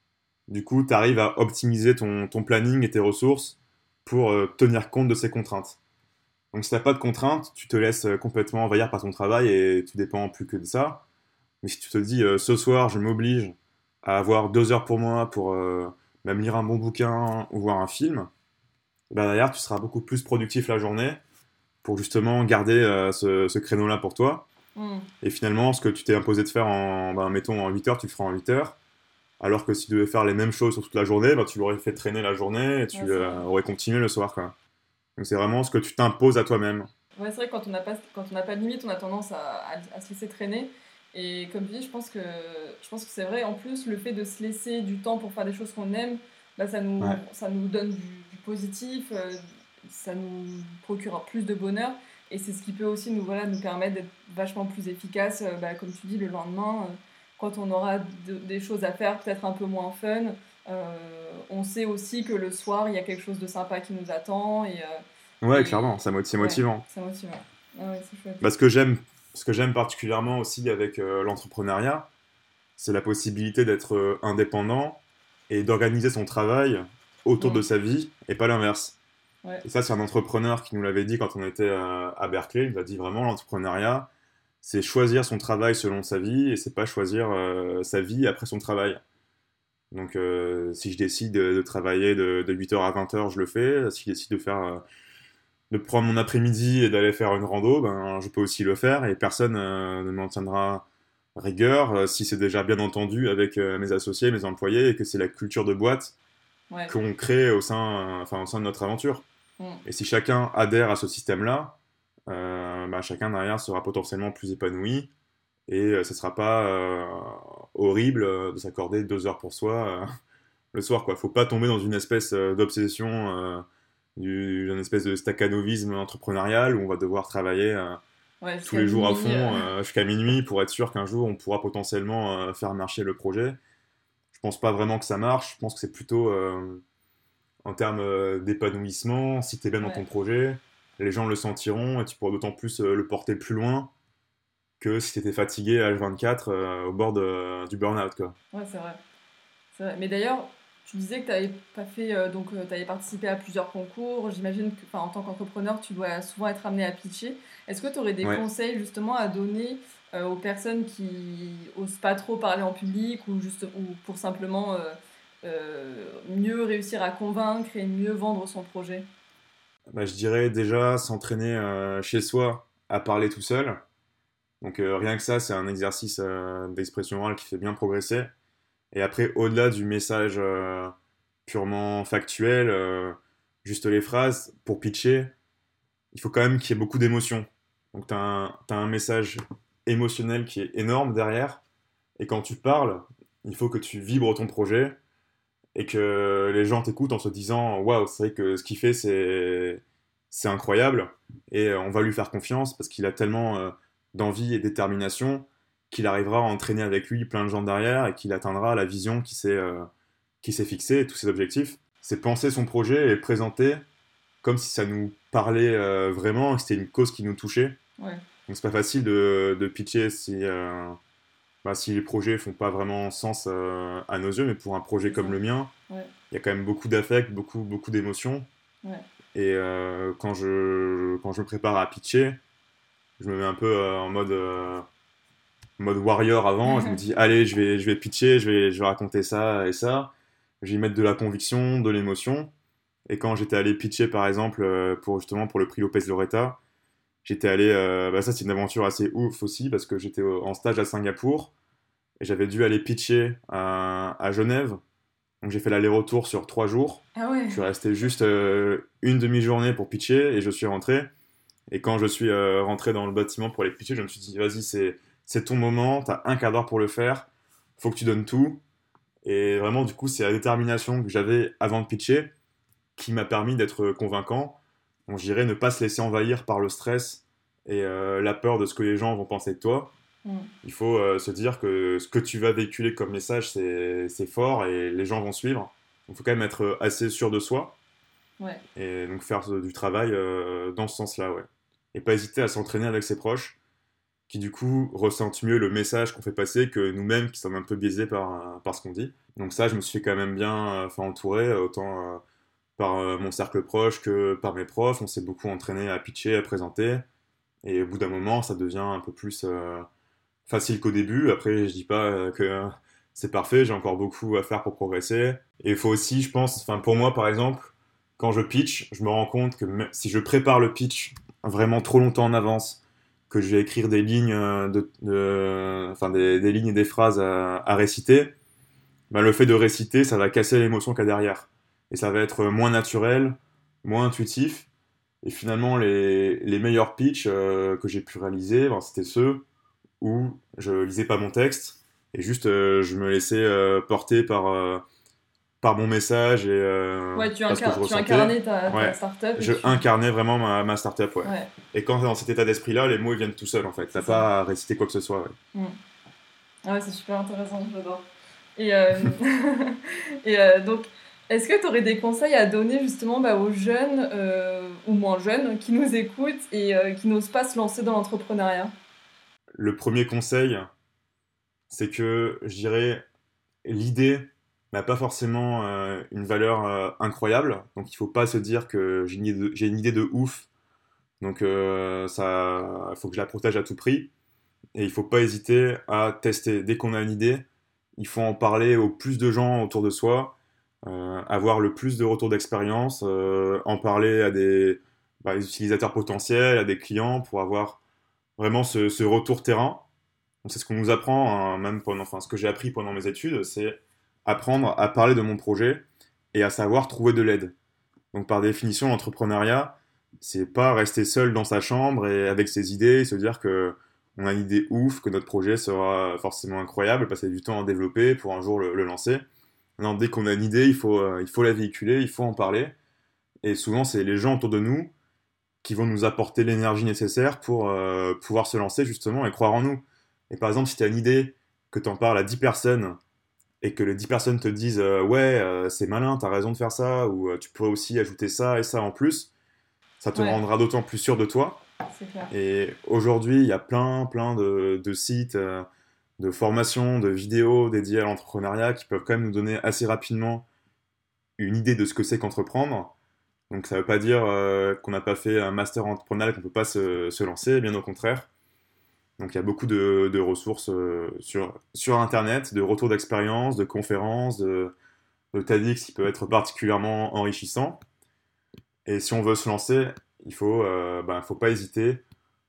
S2: du coup, tu arrives à optimiser ton, ton planning et tes ressources pour euh, tenir compte de ces contraintes. Donc, si tu n'as pas de contraintes, tu te laisses euh, complètement envahir par ton travail et tu dépends plus que de ça. Mais si tu te dis, euh, ce soir, je m'oblige à avoir deux heures pour moi pour euh, même lire un bon bouquin ou voir un film, bah, derrière, tu seras beaucoup plus productif la journée pour justement garder euh, ce, ce créneau-là pour toi.
S1: Mm.
S2: Et finalement, ce que tu t'es imposé de faire en, ben, mettons, en huit heures, tu le feras en huit heures. Alors que si tu devais faire les mêmes choses sur toute la journée, bah, tu l'aurais fait traîner la journée et
S1: Ouais,
S2: tu
S1: c'est vrai.
S2: euh, aurais continué le soir, quoi. Donc c'est vraiment ce que tu t'imposes à toi-même.
S1: Ouais, c'est vrai que quand on n'a pas, quand on n'a pas de limite, on a tendance à, à, à se laisser traîner. Et comme tu dis, je pense que, je pense que c'est vrai. En plus, le fait de se laisser du temps pour faire des choses qu'on aime, bah, ça nous,
S2: Ouais.
S1: ça nous donne du, du positif, euh, ça nous procure plus de bonheur. Et c'est ce qui peut aussi nous, voilà, nous permettre d'être vachement plus efficaces, euh, bah, comme tu dis, le lendemain, euh, quand on aura de- des choses à faire, peut-être un peu moins fun. Euh, on sait aussi que le soir, il y a quelque chose de sympa qui nous attend. Et, euh,
S2: Ouais,
S1: et
S2: clairement, ça mot- c'est
S1: ouais,
S2: motivant.
S1: c'est motivant. Ah ouais, c'est chouette.
S2: Bah, ce que j'aime, ce que j'aime particulièrement aussi avec euh, l'entrepreneuriat, c'est la possibilité d'être euh, indépendant et d'organiser son travail autour de
S1: Mm.
S2: sa vie et pas l'inverse.
S1: Ouais.
S2: Et ça, c'est un entrepreneur qui nous l'avait dit quand on était euh, à Berkeley. Il nous a dit vraiment l'entrepreneuriat, c'est choisir son travail selon sa vie et c'est pas choisir euh, sa vie après son travail. Donc, euh, si je décide de, de travailler de, de huit heures à vingt heures, je le fais. Si je décide de faire, euh, de prendre mon après-midi et d'aller faire une rando, ben, je peux aussi le faire et personne euh, ne m'en tiendra rigueur, euh, si c'est déjà bien entendu avec euh, mes associés, mes employés, et que c'est la culture de boîte
S3: Ouais.
S2: qu'on crée au sein, euh, enfin, au sein de notre aventure.
S3: Mm.
S2: Et si chacun adhère à ce système-là, euh, bah, chacun derrière sera potentiellement plus épanoui et euh, ce sera pas euh, horrible euh, de s'accorder deux heures pour soi euh, le soir, quoi. Faut pas tomber dans une espèce euh, d'obsession, euh, du- d'une espèce de staccanovisme entrepreneurial où on va devoir travailler euh,
S3: Ouais,
S2: tous
S3: jusqu'à
S2: les jours à
S3: minuit.
S2: fond
S3: euh.
S2: euh, jusqu'à minuit pour être sûr qu'un jour on pourra potentiellement euh, faire marcher le projet. Je pense pas vraiment que ça marche. Je pense que c'est plutôt euh, en termes euh, d'épanouissement, si tu es bien dans
S3: Ouais.
S2: ton projet, les gens le sentiront et tu pourras d'autant plus euh, le porter plus loin que si tu étais fatigué à H vingt-quatre euh, au bord de- du burn-out, quoi.
S3: Ouais, c'est vrai. C'est vrai. Mais d'ailleurs, tu disais que tu avais pas fait, euh, donc tu avais participé à plusieurs concours. J'imagine que, enfin, en tant qu'entrepreneur, tu dois souvent être amené à pitcher. Est-ce que tu aurais des
S2: Ouais.
S3: conseils justement à donner euh, aux personnes qui osent pas trop parler en public ou juste ou pour simplement euh, euh, mieux réussir à convaincre et mieux vendre son projet?
S2: Bah, je dirais déjà s'entraîner euh, chez soi à parler tout seul. Donc euh, rien que ça, c'est un exercice euh, d'expression orale qui fait bien progresser. Et après, au-delà du message euh, purement factuel, euh, juste les phrases, pour pitcher, il faut quand même qu'il y ait beaucoup d'émotions. Donc tu as un, t'as un message émotionnel qui est énorme derrière. Et quand tu parles, il faut que tu vibres ton projet et que les gens t'écoutent en se disant waouh, c'est vrai que ce qu'il fait, c'est, c'est incroyable. Et euh, on va lui faire confiance parce qu'il a tellement euh, d'envie et de détermination qu'il arrivera à entraîner avec lui plein de gens derrière et qu'il atteindra la vision qui s'est, euh, qui s'est fixée, tous ses objectifs. C'est penser son projet et le présenter comme si ça nous parlait euh, vraiment, que c'était une cause qui nous touchait.
S3: Ouais.
S2: Donc c'est pas facile de, de pitcher si, euh, bah, si les projets font pas vraiment sens euh, à nos yeux, mais pour un projet
S3: C'est
S2: comme
S3: ça.
S2: le mien,
S3: Ouais.
S2: il y a quand même beaucoup d'affect, beaucoup, beaucoup d'émotions.
S3: Ouais.
S2: Et euh, quand, je, quand je me prépare à pitcher, je me mets un peu euh, en mode, euh, mode warrior avant. Je me dis, allez, je vais, je vais pitcher, je vais, je vais raconter ça et ça. Je vais y mettre de la conviction, de l'émotion. Et quand j'étais allé pitcher, par exemple, euh, pour justement pour le prix Lopez Loretta, j'étais allé. Euh, bah ça, c'est une aventure assez ouf aussi parce que j'étais au- en stage à Singapour et j'avais dû aller pitcher à, à Genève. Donc j'ai fait l'aller-retour sur trois jours.
S3: Ah ouais.
S2: Je suis resté juste euh, une demi-journée pour pitcher et je suis rentré. Et quand je suis euh, rentré dans le bâtiment pour aller pitcher, je me suis dit, vas-y, c'est, c'est ton moment, t'as un quart d'heure pour le faire, faut que tu donnes tout. Et vraiment, du coup, c'est la détermination que j'avais avant de pitcher qui m'a permis d'être convaincant. Donc, je dirais ne pas se laisser envahir par le stress et euh, la peur de ce que les gens vont penser de toi.
S3: Mm.
S2: Il faut euh, se dire que ce que tu vas véhiculer comme message, c'est, c'est fort et les gens vont suivre. Il faut quand même être assez sûr de soi
S3: Ouais.
S2: et donc faire du travail euh, dans ce sens-là, ouais. Et pas hésiter à s'entraîner avec ses proches qui du coup ressentent mieux le message qu'on fait passer que nous-mêmes qui sommes un peu biaisés par, par ce qu'on dit. Donc ça, je me suis fait quand même bien euh, fait entourer, autant euh, par euh, mon cercle proche que par mes profs. On s'est beaucoup entraîné à pitcher, à présenter. Et au bout d'un moment, ça devient un peu plus euh, facile qu'au début. Après, je dis pas euh, que c'est parfait, j'ai encore beaucoup à faire pour progresser. Et il faut aussi, je pense, enfin pour moi par exemple, quand je pitch, je me rends compte que même si je prépare le pitch vraiment trop longtemps en avance, que je vais écrire des lignes, euh, de, de- enfin des, des lignes et des phrases à, à réciter, ben le fait de réciter, ça va casser l'émotion qu'il y a derrière. Et ça va être moins naturel, moins intuitif. Et finalement, les, les meilleurs pitchs euh, que j'ai pu réaliser, ben, c'était ceux où je lisais pas mon texte et juste euh, je me laissais euh, porter par, euh, par mon message et euh,
S3: Ouais, tu,
S2: par ce que je
S3: incar- tu
S2: ressentais.
S3: incarnais ta, ta
S2: Ouais,
S3: start-up et
S2: je
S3: tu...
S2: incarnais vraiment ma, ma startup, ouais.
S3: Ouais,
S2: Et quand t'es dans cet état d'esprit-là, les mots ils viennent tout seuls en fait. T'as
S3: c'est ça.
S2: pas à réciter quoi que ce soit. Ouais.
S3: Mm. Ah ouais, c'est super intéressant, j'adore. Et, euh, et euh, donc, est-ce que tu aurais des conseils à donner justement bah, aux jeunes euh, ou moins jeunes qui nous écoutent et euh, qui n'osent pas se lancer dans l'entrepreneuriat?
S2: Le premier conseil, c'est que je dirais l'idée n'a pas forcément euh, une valeur euh, incroyable. Donc il faut pas se dire que j'ai une idée de, j'ai une idée de ouf. Donc euh, ça, faut que je la protège à tout prix. Et il faut pas hésiter à tester. Dès qu'on a une idée, il faut en parler au plus de gens autour de soi, euh, avoir le plus de retours d'expérience, euh, en parler à des, bah, des utilisateurs potentiels, à des clients, pour avoir vraiment ce, ce retour terrain. Donc, c'est ce qu'on nous apprend, hein, même pendant, enfin, ce que j'ai appris pendant mes études, c'est apprendre à parler de mon projet et à savoir trouver de l'aide. Donc, par définition, l'entrepreneuriat, c'est pas rester seul dans sa chambre et avec ses idées et se dire que on a une idée ouf, que notre projet sera forcément incroyable, passer du temps à développer pour un jour le, le lancer. Non, dès qu'on a une idée, il faut, euh, il faut la véhiculer, il faut en parler. Et souvent, c'est les gens autour de nous qui vont nous apporter l'énergie nécessaire pour euh, pouvoir se lancer justement et croire en nous. Et par exemple, si tu as une idée, que tu en parles à dix personnes et que les dix personnes te disent euh, ouais, euh, c'est malin, t'as raison de faire ça, ou euh, tu pourrais aussi ajouter ça et ça en plus, ça te
S3: Ouais,
S2: rendra d'autant plus sûr de toi.
S3: c'est clair.
S2: Et aujourd'hui, il y a plein, plein de, de sites, euh, de formations, de vidéos dédiées à l'entrepreneuriat qui peuvent quand même nous donner assez rapidement une idée de ce que c'est qu'entreprendre. Donc ça ne veut pas dire euh, qu'on n'a pas fait un master entrepreneurial, qu'on ne peut pas se, se lancer, bien au contraire. Donc il y a beaucoup de, de ressources euh, sur, sur Internet, de retours d'expérience, de conférences, de, de TEDx qui peuvent être particulièrement enrichissants. Et si on veut se lancer, il faut, euh, ben, faut pas hésiter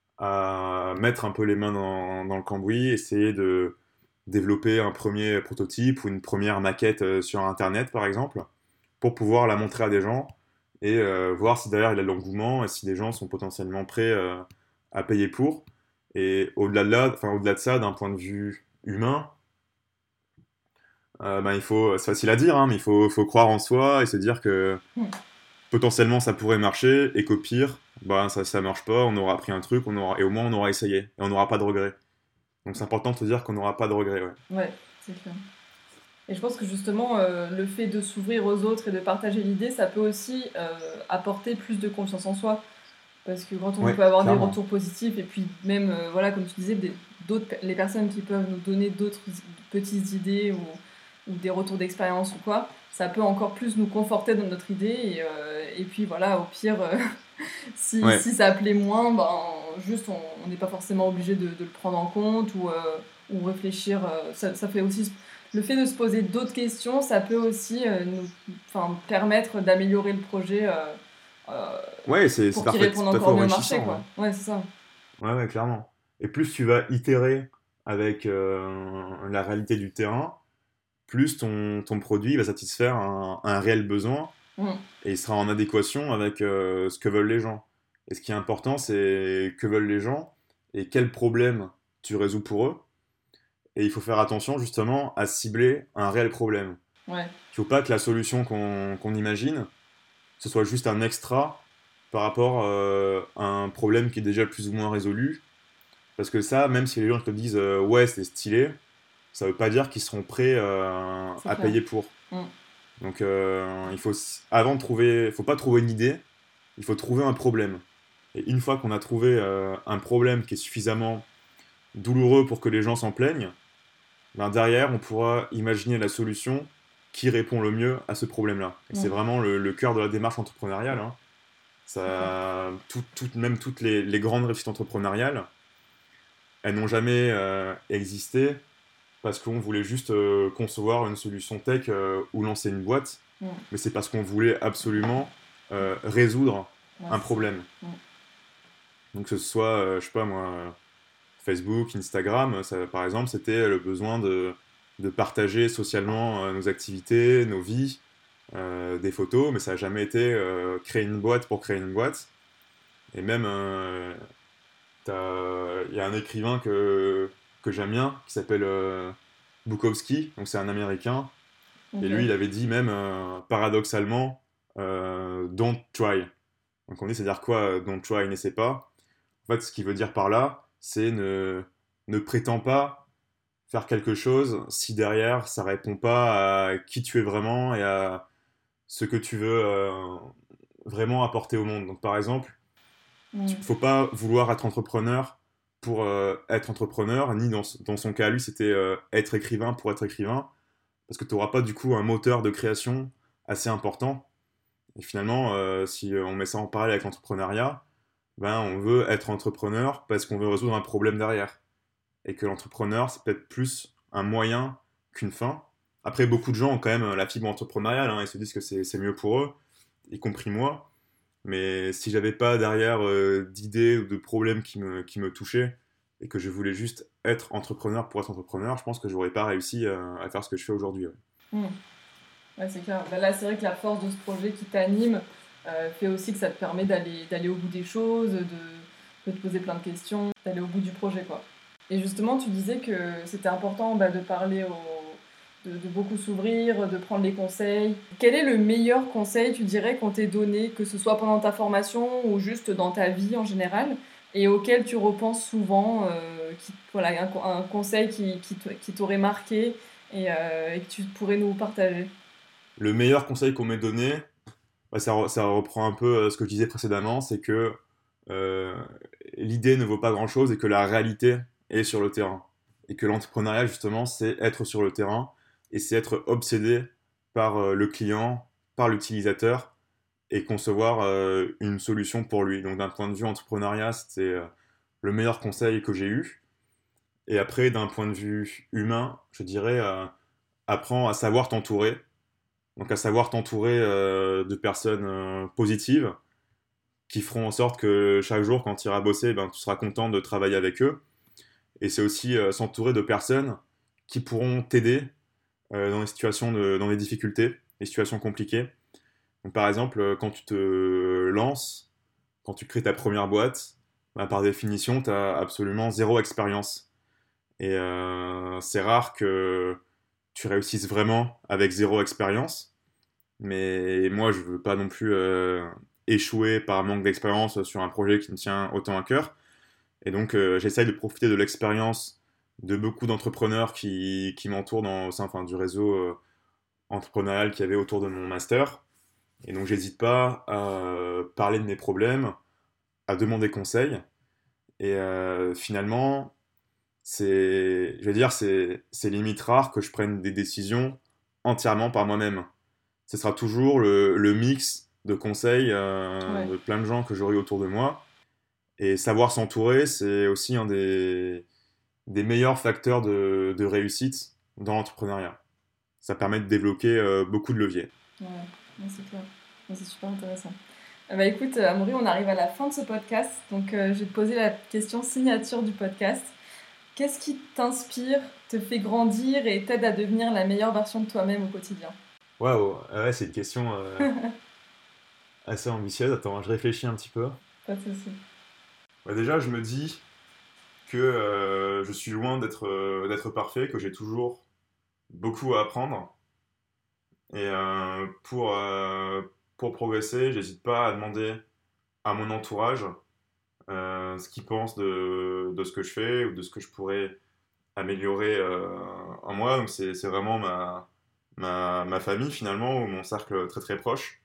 S2: à mettre un peu les mains dans, dans le cambouis, essayer de développer un premier prototype ou une première maquette euh, sur Internet, par exemple, pour pouvoir la montrer à des gens et euh, voir si derrière il y a de l'engouement et si des gens sont potentiellement prêts euh, à payer pour. Et au-delà de là, enfin au-delà de ça, d'un point de vue humain, euh, ben, il faut, c'est facile à dire, hein, mais il faut, faut croire en soi et se dire que
S3: Mm.
S2: potentiellement ça pourrait marcher et qu'au pire, ben, ça, ça marche pas, on aura appris un truc, on aura, et au moins on aura essayé et on n'aura pas de regrets. Donc c'est important de se dire qu'on n'aura pas de regrets. Ouais.
S3: Ouais, c'est clair. Et je pense que justement, euh, le fait de s'ouvrir aux autres et de partager l'idée, ça peut aussi euh, apporter plus de confiance en soi. Parce que quand on
S2: Ouais,
S3: peut avoir des
S2: clairement.
S3: retours positifs, et puis même, euh, voilà, comme tu disais, des, d'autres, les personnes qui peuvent nous donner d'autres petites idées ou, ou des retours d'expérience ou quoi, ça peut encore plus nous conforter dans notre idée. Et, euh, et puis voilà, au pire, euh, si,
S2: Ouais,
S3: si ça plaît moins, ben, juste on on n'est pas forcément obligé de, de le prendre en compte ou, euh, ou réfléchir. euh, ça, ça fait aussi le fait de se poser d'autres questions, ça peut aussi euh, nous, enfin, permettre d'améliorer le projet euh, euh,
S2: ouais, c'est c'est
S3: pour qu'il
S2: parfait,
S3: réponde
S2: c'est tout à fait
S3: encore mieux au marché,
S2: enrichissant. Ouais.
S3: quoi. Ouais, c'est ça.
S2: Ouais, ouais, clairement. Et plus tu vas itérer avec euh, la réalité du terrain, plus ton, ton produit va satisfaire un, un réel besoin
S3: Mm.
S2: et il sera en adéquation avec euh, ce que veulent les gens. Et ce qui est important, c'est que veulent les gens et quels problèmes tu résous pour eux. Et il faut faire attention justement à cibler un réel problème.
S3: Ouais,
S2: Il ne faut pas que la solution qu'on qu'on imagine, ce soit juste un extra par rapport euh, à un problème qui est déjà plus ou moins résolu. Parce que ça, même si les gens te disent euh, ouais, c'est stylé, ça veut pas dire qu'ils seront prêts euh,
S3: c'est
S2: à
S3: clair.
S2: payer pour.
S3: Mm.
S2: Donc euh, il faut, avant de trouver, faut pas trouver une idée, il faut trouver un problème. Et une fois qu'on a trouvé euh, un problème qui est suffisamment douloureux pour que les gens s'en plaignent, ben derrière, on pourra imaginer la solution qui répond le mieux à ce problème-là. Et c'est
S3: Mm.
S2: vraiment le, le cœur de la démarche entrepreneuriale. Hein.
S3: C'est clair.
S2: Ça, tout, tout- même toutes les, les grandes réussites entrepreneuriales, elles n'ont jamais euh, existé parce qu'on voulait juste euh, concevoir une solution tech euh, ou lancer une boîte,
S3: Mm.
S2: mais c'est parce qu'on voulait absolument euh, résoudre
S3: Ouais,
S2: un
S3: c'est ça.
S2: problème.
S3: Mm.
S2: Donc que ce soit, euh, je sais pas moi, euh, Facebook, Instagram, ça, par exemple, c'était le besoin de, de partager socialement euh, nos activités, nos vies, euh, des photos, mais ça n'a jamais été euh, créer une boîte pour créer une boîte. Et même, euh, t'as- il y a un écrivain que, que j'aime bien qui s'appelle euh, Bukowski, donc c'est un Américain, et
S3: Ok.
S2: lui il avait dit même euh, paradoxalement euh, don't try. Donc on dit c'est-à-dire quoi euh, don't try, n'essaie pas. En fait ce qu'il veut dire par là, c'est ne, ne prétends pas faire quelque chose si derrière ça répond pas à qui tu es vraiment et à ce que tu veux euh, vraiment apporter au monde. Donc par exemple, il
S3: Mm.
S2: faut pas vouloir être entrepreneur pour euh, être entrepreneur, ni dans, dans son cas, lui, c'était euh, être écrivain pour être écrivain, parce que tu n'auras pas du coup un moteur de création assez important. Et finalement, euh, si on met ça en parallèle avec l'entrepreneuriat, ben, on veut être entrepreneur parce qu'on veut résoudre un problème derrière. Et que l'entrepreneur, c'est peut-être plus un moyen qu'une fin. Après, beaucoup de gens ont quand même la fibre entrepreneuriale, hein, ils se disent que c'est c'est mieux pour eux, y compris moi. Mais si j'avais pas derrière euh, d'idées ou de problèmes qui me, qui me touchaient, et que je voulais juste être entrepreneur pour être entrepreneur, je pense que j'aurais pas réussi euh, à faire ce que je fais aujourd'hui. Ouais.
S3: Mmh. Ouais, c'est clair. Bah là, c'est vrai que la force de ce projet qui t'anime euh, fait aussi que ça te permet d'aller, d'aller au bout des choses, de, de te poser plein de questions, d'aller au bout du projet, quoi. Et justement, tu disais que c'était important bah, de parler au, de, de beaucoup s'ouvrir, de prendre les conseils. Quel est le meilleur conseil, tu dirais, qu'on t'ait donné, que ce soit pendant ta formation ou juste dans ta vie en général, et auquel tu repenses souvent, euh, qui, voilà, un, un conseil qui, qui, qui t'aurait marqué et, euh, et que tu pourrais nous partager?
S2: Le meilleur conseil qu'on m'ait donné, bah, ça, re- ça reprend un peu euh, ce que je disais précédemment, c'est que euh, l'idée ne vaut pas grand-chose et que la réalité est sur le terrain. Et que l'entrepreneuriat, justement, c'est être sur le terrain et c'est être obsédé par euh, le client, par l'utilisateur et concevoir euh, une solution pour lui. Donc d'un point de vue entrepreneuriat, c'était euh, le meilleur conseil que j'ai eu. Et après, d'un point de vue humain, je dirais, euh, apprends à savoir t'entourer. Donc à savoir t'entourer euh, de personnes euh, positives qui feront en sorte que chaque jour, quand tu iras bosser, ben, tu seras content de travailler avec eux. Et c'est aussi euh, s'entourer de personnes qui pourront t'aider euh, dans les situations, de, dans les difficultés, les situations compliquées. Donc par exemple, euh, quand tu te lances, quand tu crées ta première boîte, ben, par définition, tu as absolument zéro expérience. Et euh, c'est rare que tu réussisses vraiment avec zéro expérience. Mais moi, je veux pas non plus euh, échouer par manque d'expérience sur un projet qui me tient autant à cœur. Et donc, euh, j'essaye de profiter de l'expérience de beaucoup d'entrepreneurs qui, qui m'entourent dans, au sein enfin, du réseau euh, entrepreneurial qu'il y avait autour de mon master. Et donc, j'hésite pas à euh, parler de mes problèmes, à demander conseil. Et euh, finalement, c'est, je veux dire, c'est, c'est limite rare que je prenne des décisions entièrement par moi-même. Ce sera toujours le, le mix de conseils euh,
S3: Ouais.
S2: de plein de gens que j'aurai autour de moi. Et savoir s'entourer, c'est aussi un des, des meilleurs facteurs de, de réussite dans l'entrepreneuriat. Ça permet de débloquer euh, beaucoup de leviers.
S3: Ouais, ouais, c'est clair. Ouais, c'est super intéressant. Euh, bah écoute, euh, Amaury, on arrive à la fin de ce podcast. Donc, euh, je vais te poser la question signature du podcast. Qu'est-ce qui t'inspire, te fait grandir et t'aide à devenir la meilleure version de toi-même au quotidien?
S2: Waouh, ouais, c'est une question euh, assez ambitieuse. Attends, je réfléchis un petit peu.
S3: Pas de souci.
S2: Bah, déjà, je me dis que euh, je suis loin d'être euh, d'être parfait, que j'ai toujours beaucoup à apprendre. Et euh, pour, euh, pour progresser, j'hésite pas à demander à mon entourage euh, ce qu'ils pensent de, de ce que je fais ou de ce que je pourrais améliorer euh, en moi. Donc c'est, c'est vraiment ma, ma, ma famille finalement, ou mon cercle très très proche.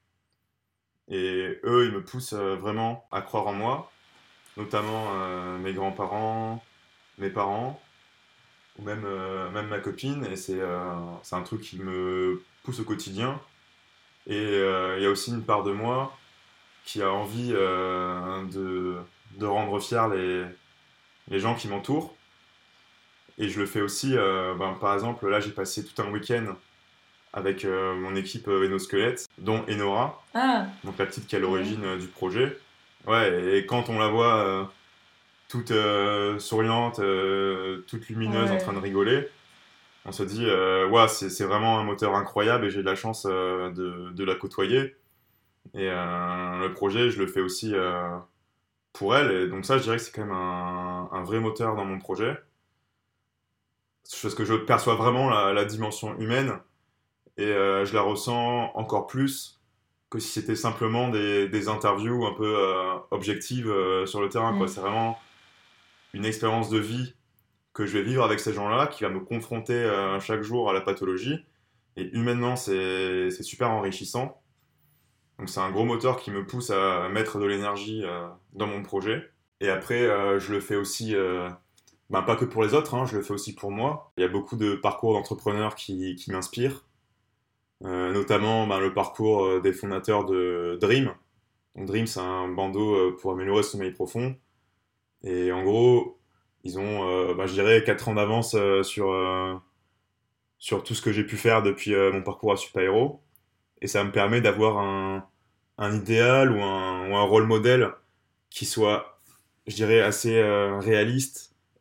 S2: Et eux, ils me poussent euh, vraiment à croire en moi, notamment euh, mes grands-parents, mes parents, ou même, euh, même ma copine. Et c'est, euh, c'est un truc qui me pousse au quotidien. Et euh, il y a aussi une part de moi qui a envie euh, de, de rendre fiers les, les gens qui m'entourent. Et je le fais aussi, euh, ben, par exemple, là j'ai passé tout un week-end avec euh, mon équipe euh, Enosquelette, dont Enora,
S3: Ah,
S2: donc la petite qui est à
S3: ouais.
S2: l'origine euh, du projet. Ouais, et quand on la voit euh, toute euh, souriante, euh, toute lumineuse, en
S3: Ouais.
S2: train de rigoler, on se dit, euh, ouais, c'est, c'est vraiment un moteur incroyable et j'ai de la chance euh, de, de la côtoyer. Et euh, le projet, je le fais aussi euh, pour elle. Et donc ça, je dirais que c'est quand même un, un vrai moteur dans mon projet. Parce que je perçois vraiment la, la dimension humaine et euh, je la ressens encore plus que si c'était simplement des, des interviews un peu euh, objectives euh, sur le terrain, quoi.
S3: Mm.
S2: C'est vraiment une expérience de vie que je vais vivre avec ces gens-là, qui va me confronter euh, chaque jour à la pathologie. Et humainement, c'est c'est super enrichissant. Donc c'est un gros moteur qui me pousse à mettre de l'énergie euh, dans mon projet. Et après, euh, je le fais aussi, euh, ben, pas que pour les autres, hein, je le fais aussi pour moi. Il y a beaucoup de parcours d'entrepreneurs qui, qui m'inspirent, euh, notamment ben, le parcours euh, des fondateurs de Dream. Donc, Dream, c'est un bandeau euh, pour améliorer le sommeil profond. Et en gros, ils ont, euh, ben, je dirais, quatre ans d'avance euh, sur, euh, sur tout ce que j'ai pu faire depuis euh, mon parcours à Super Hero. Et ça me permet d'avoir un, un idéal ou un, ou un rôle modèle qui soit, je dirais, assez euh, réaliste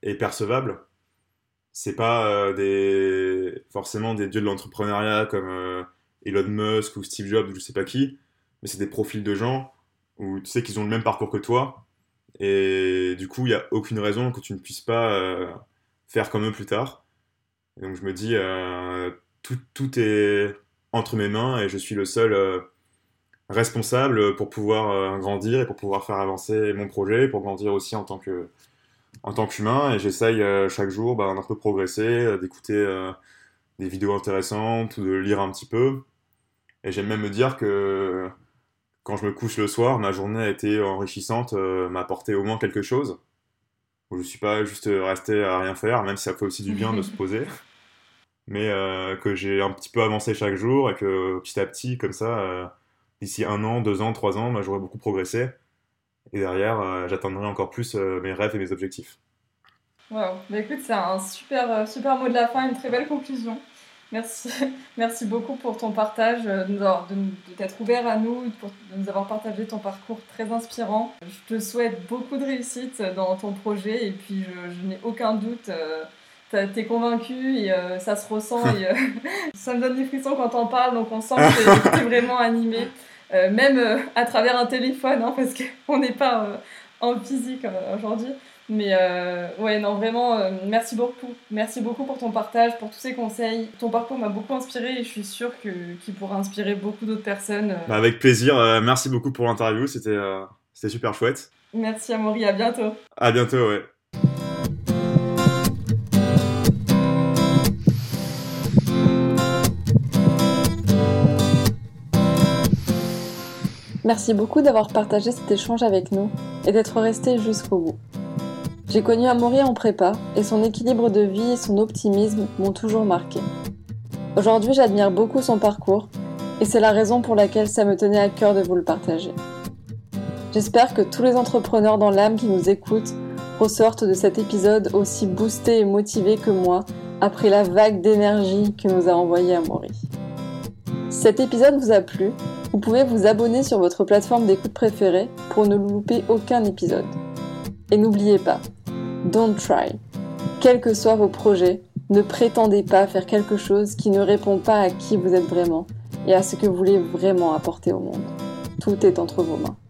S2: et percevables. C'est pas euh, des forcément des dieux de l'entrepreneuriat comme euh, Elon Musk ou Steve Jobs ou je sais pas qui, mais c'est des profils de gens où tu sais qu'ils ont le même parcours que toi, et du coup, il y a aucune raison que tu ne puisses pas euh, faire comme eux plus tard. Et donc je me dis, euh, tout, tout est entre mes mains et je suis le seul euh, responsable pour pouvoir euh, grandir et pour pouvoir faire avancer mon projet, pour grandir aussi en tant que en tant qu'humain. Et j'essaye euh, chaque jour bah, d'un peu progresser, euh, d'écouter euh, des vidéos intéressantes ou de lire un petit peu. Et j'aime même me dire que quand je me couche le soir, ma journée a été enrichissante, euh, m'a apporté au moins quelque chose. Où je suis pas juste resté à rien faire, même si ça fait aussi du bien de se poser. Mais euh, que j'ai un petit peu avancé chaque jour et que petit à petit, comme ça, euh, d'ici un an, deux ans, trois ans, bah, j'aurai beaucoup progressé. Et derrière, euh, j'atteindrai encore plus euh, mes rêves et mes objectifs.
S3: Wow. Bah écoute, c'est un super, euh, super mot de la fin, une très belle conclusion. Merci, merci beaucoup pour ton partage, euh, de, nous avoir- de, nous- de t'être ouvert à nous, pour, de nous avoir partagé ton parcours très inspirant. Je te souhaite beaucoup de réussite dans ton projet et puis je, je n'ai aucun doute, euh, t'as- t'es convaincu et euh, ça se ressent et euh, ça me donne des frissons quand on parle, donc on sent que t'es, t'es vraiment animé, euh, même euh, à travers un téléphone, hein, parce qu'on n'est pas euh, en physique euh, aujourd'hui. Mais euh, ouais, non, vraiment, euh, merci beaucoup. Merci beaucoup pour ton partage, pour tous ces conseils. Ton parcours m'a beaucoup inspiré et je suis sûre que, qu'il pourra inspirer beaucoup d'autres personnes.
S2: Bah, avec plaisir, euh, merci beaucoup pour l'interview, c'était euh, c'était super chouette.
S3: Merci Amaury, à bientôt.
S2: À bientôt, ouais.
S1: Merci beaucoup d'avoir partagé cet échange avec nous et d'être resté jusqu'au bout. J'ai connu Amaury en prépa et son équilibre de vie et son optimisme m'ont toujours marqué. Aujourd'hui, j'admire beaucoup son parcours et c'est la raison pour laquelle ça me tenait à cœur de vous le partager. J'espère que tous les entrepreneurs dans l'âme qui nous écoutent ressortent de cet épisode aussi boostés et motivés que moi après la vague d'énergie que nous a envoyée Amaury. Si cet épisode vous a plu, vous pouvez vous abonner sur votre plateforme d'écoute préférée pour ne louper aucun épisode. Et n'oubliez pas, don't try. Quels que soient vos projets, ne prétendez pas faire quelque chose qui ne répond pas à qui vous êtes vraiment et à ce que vous voulez vraiment apporter au monde. Tout est entre vos mains.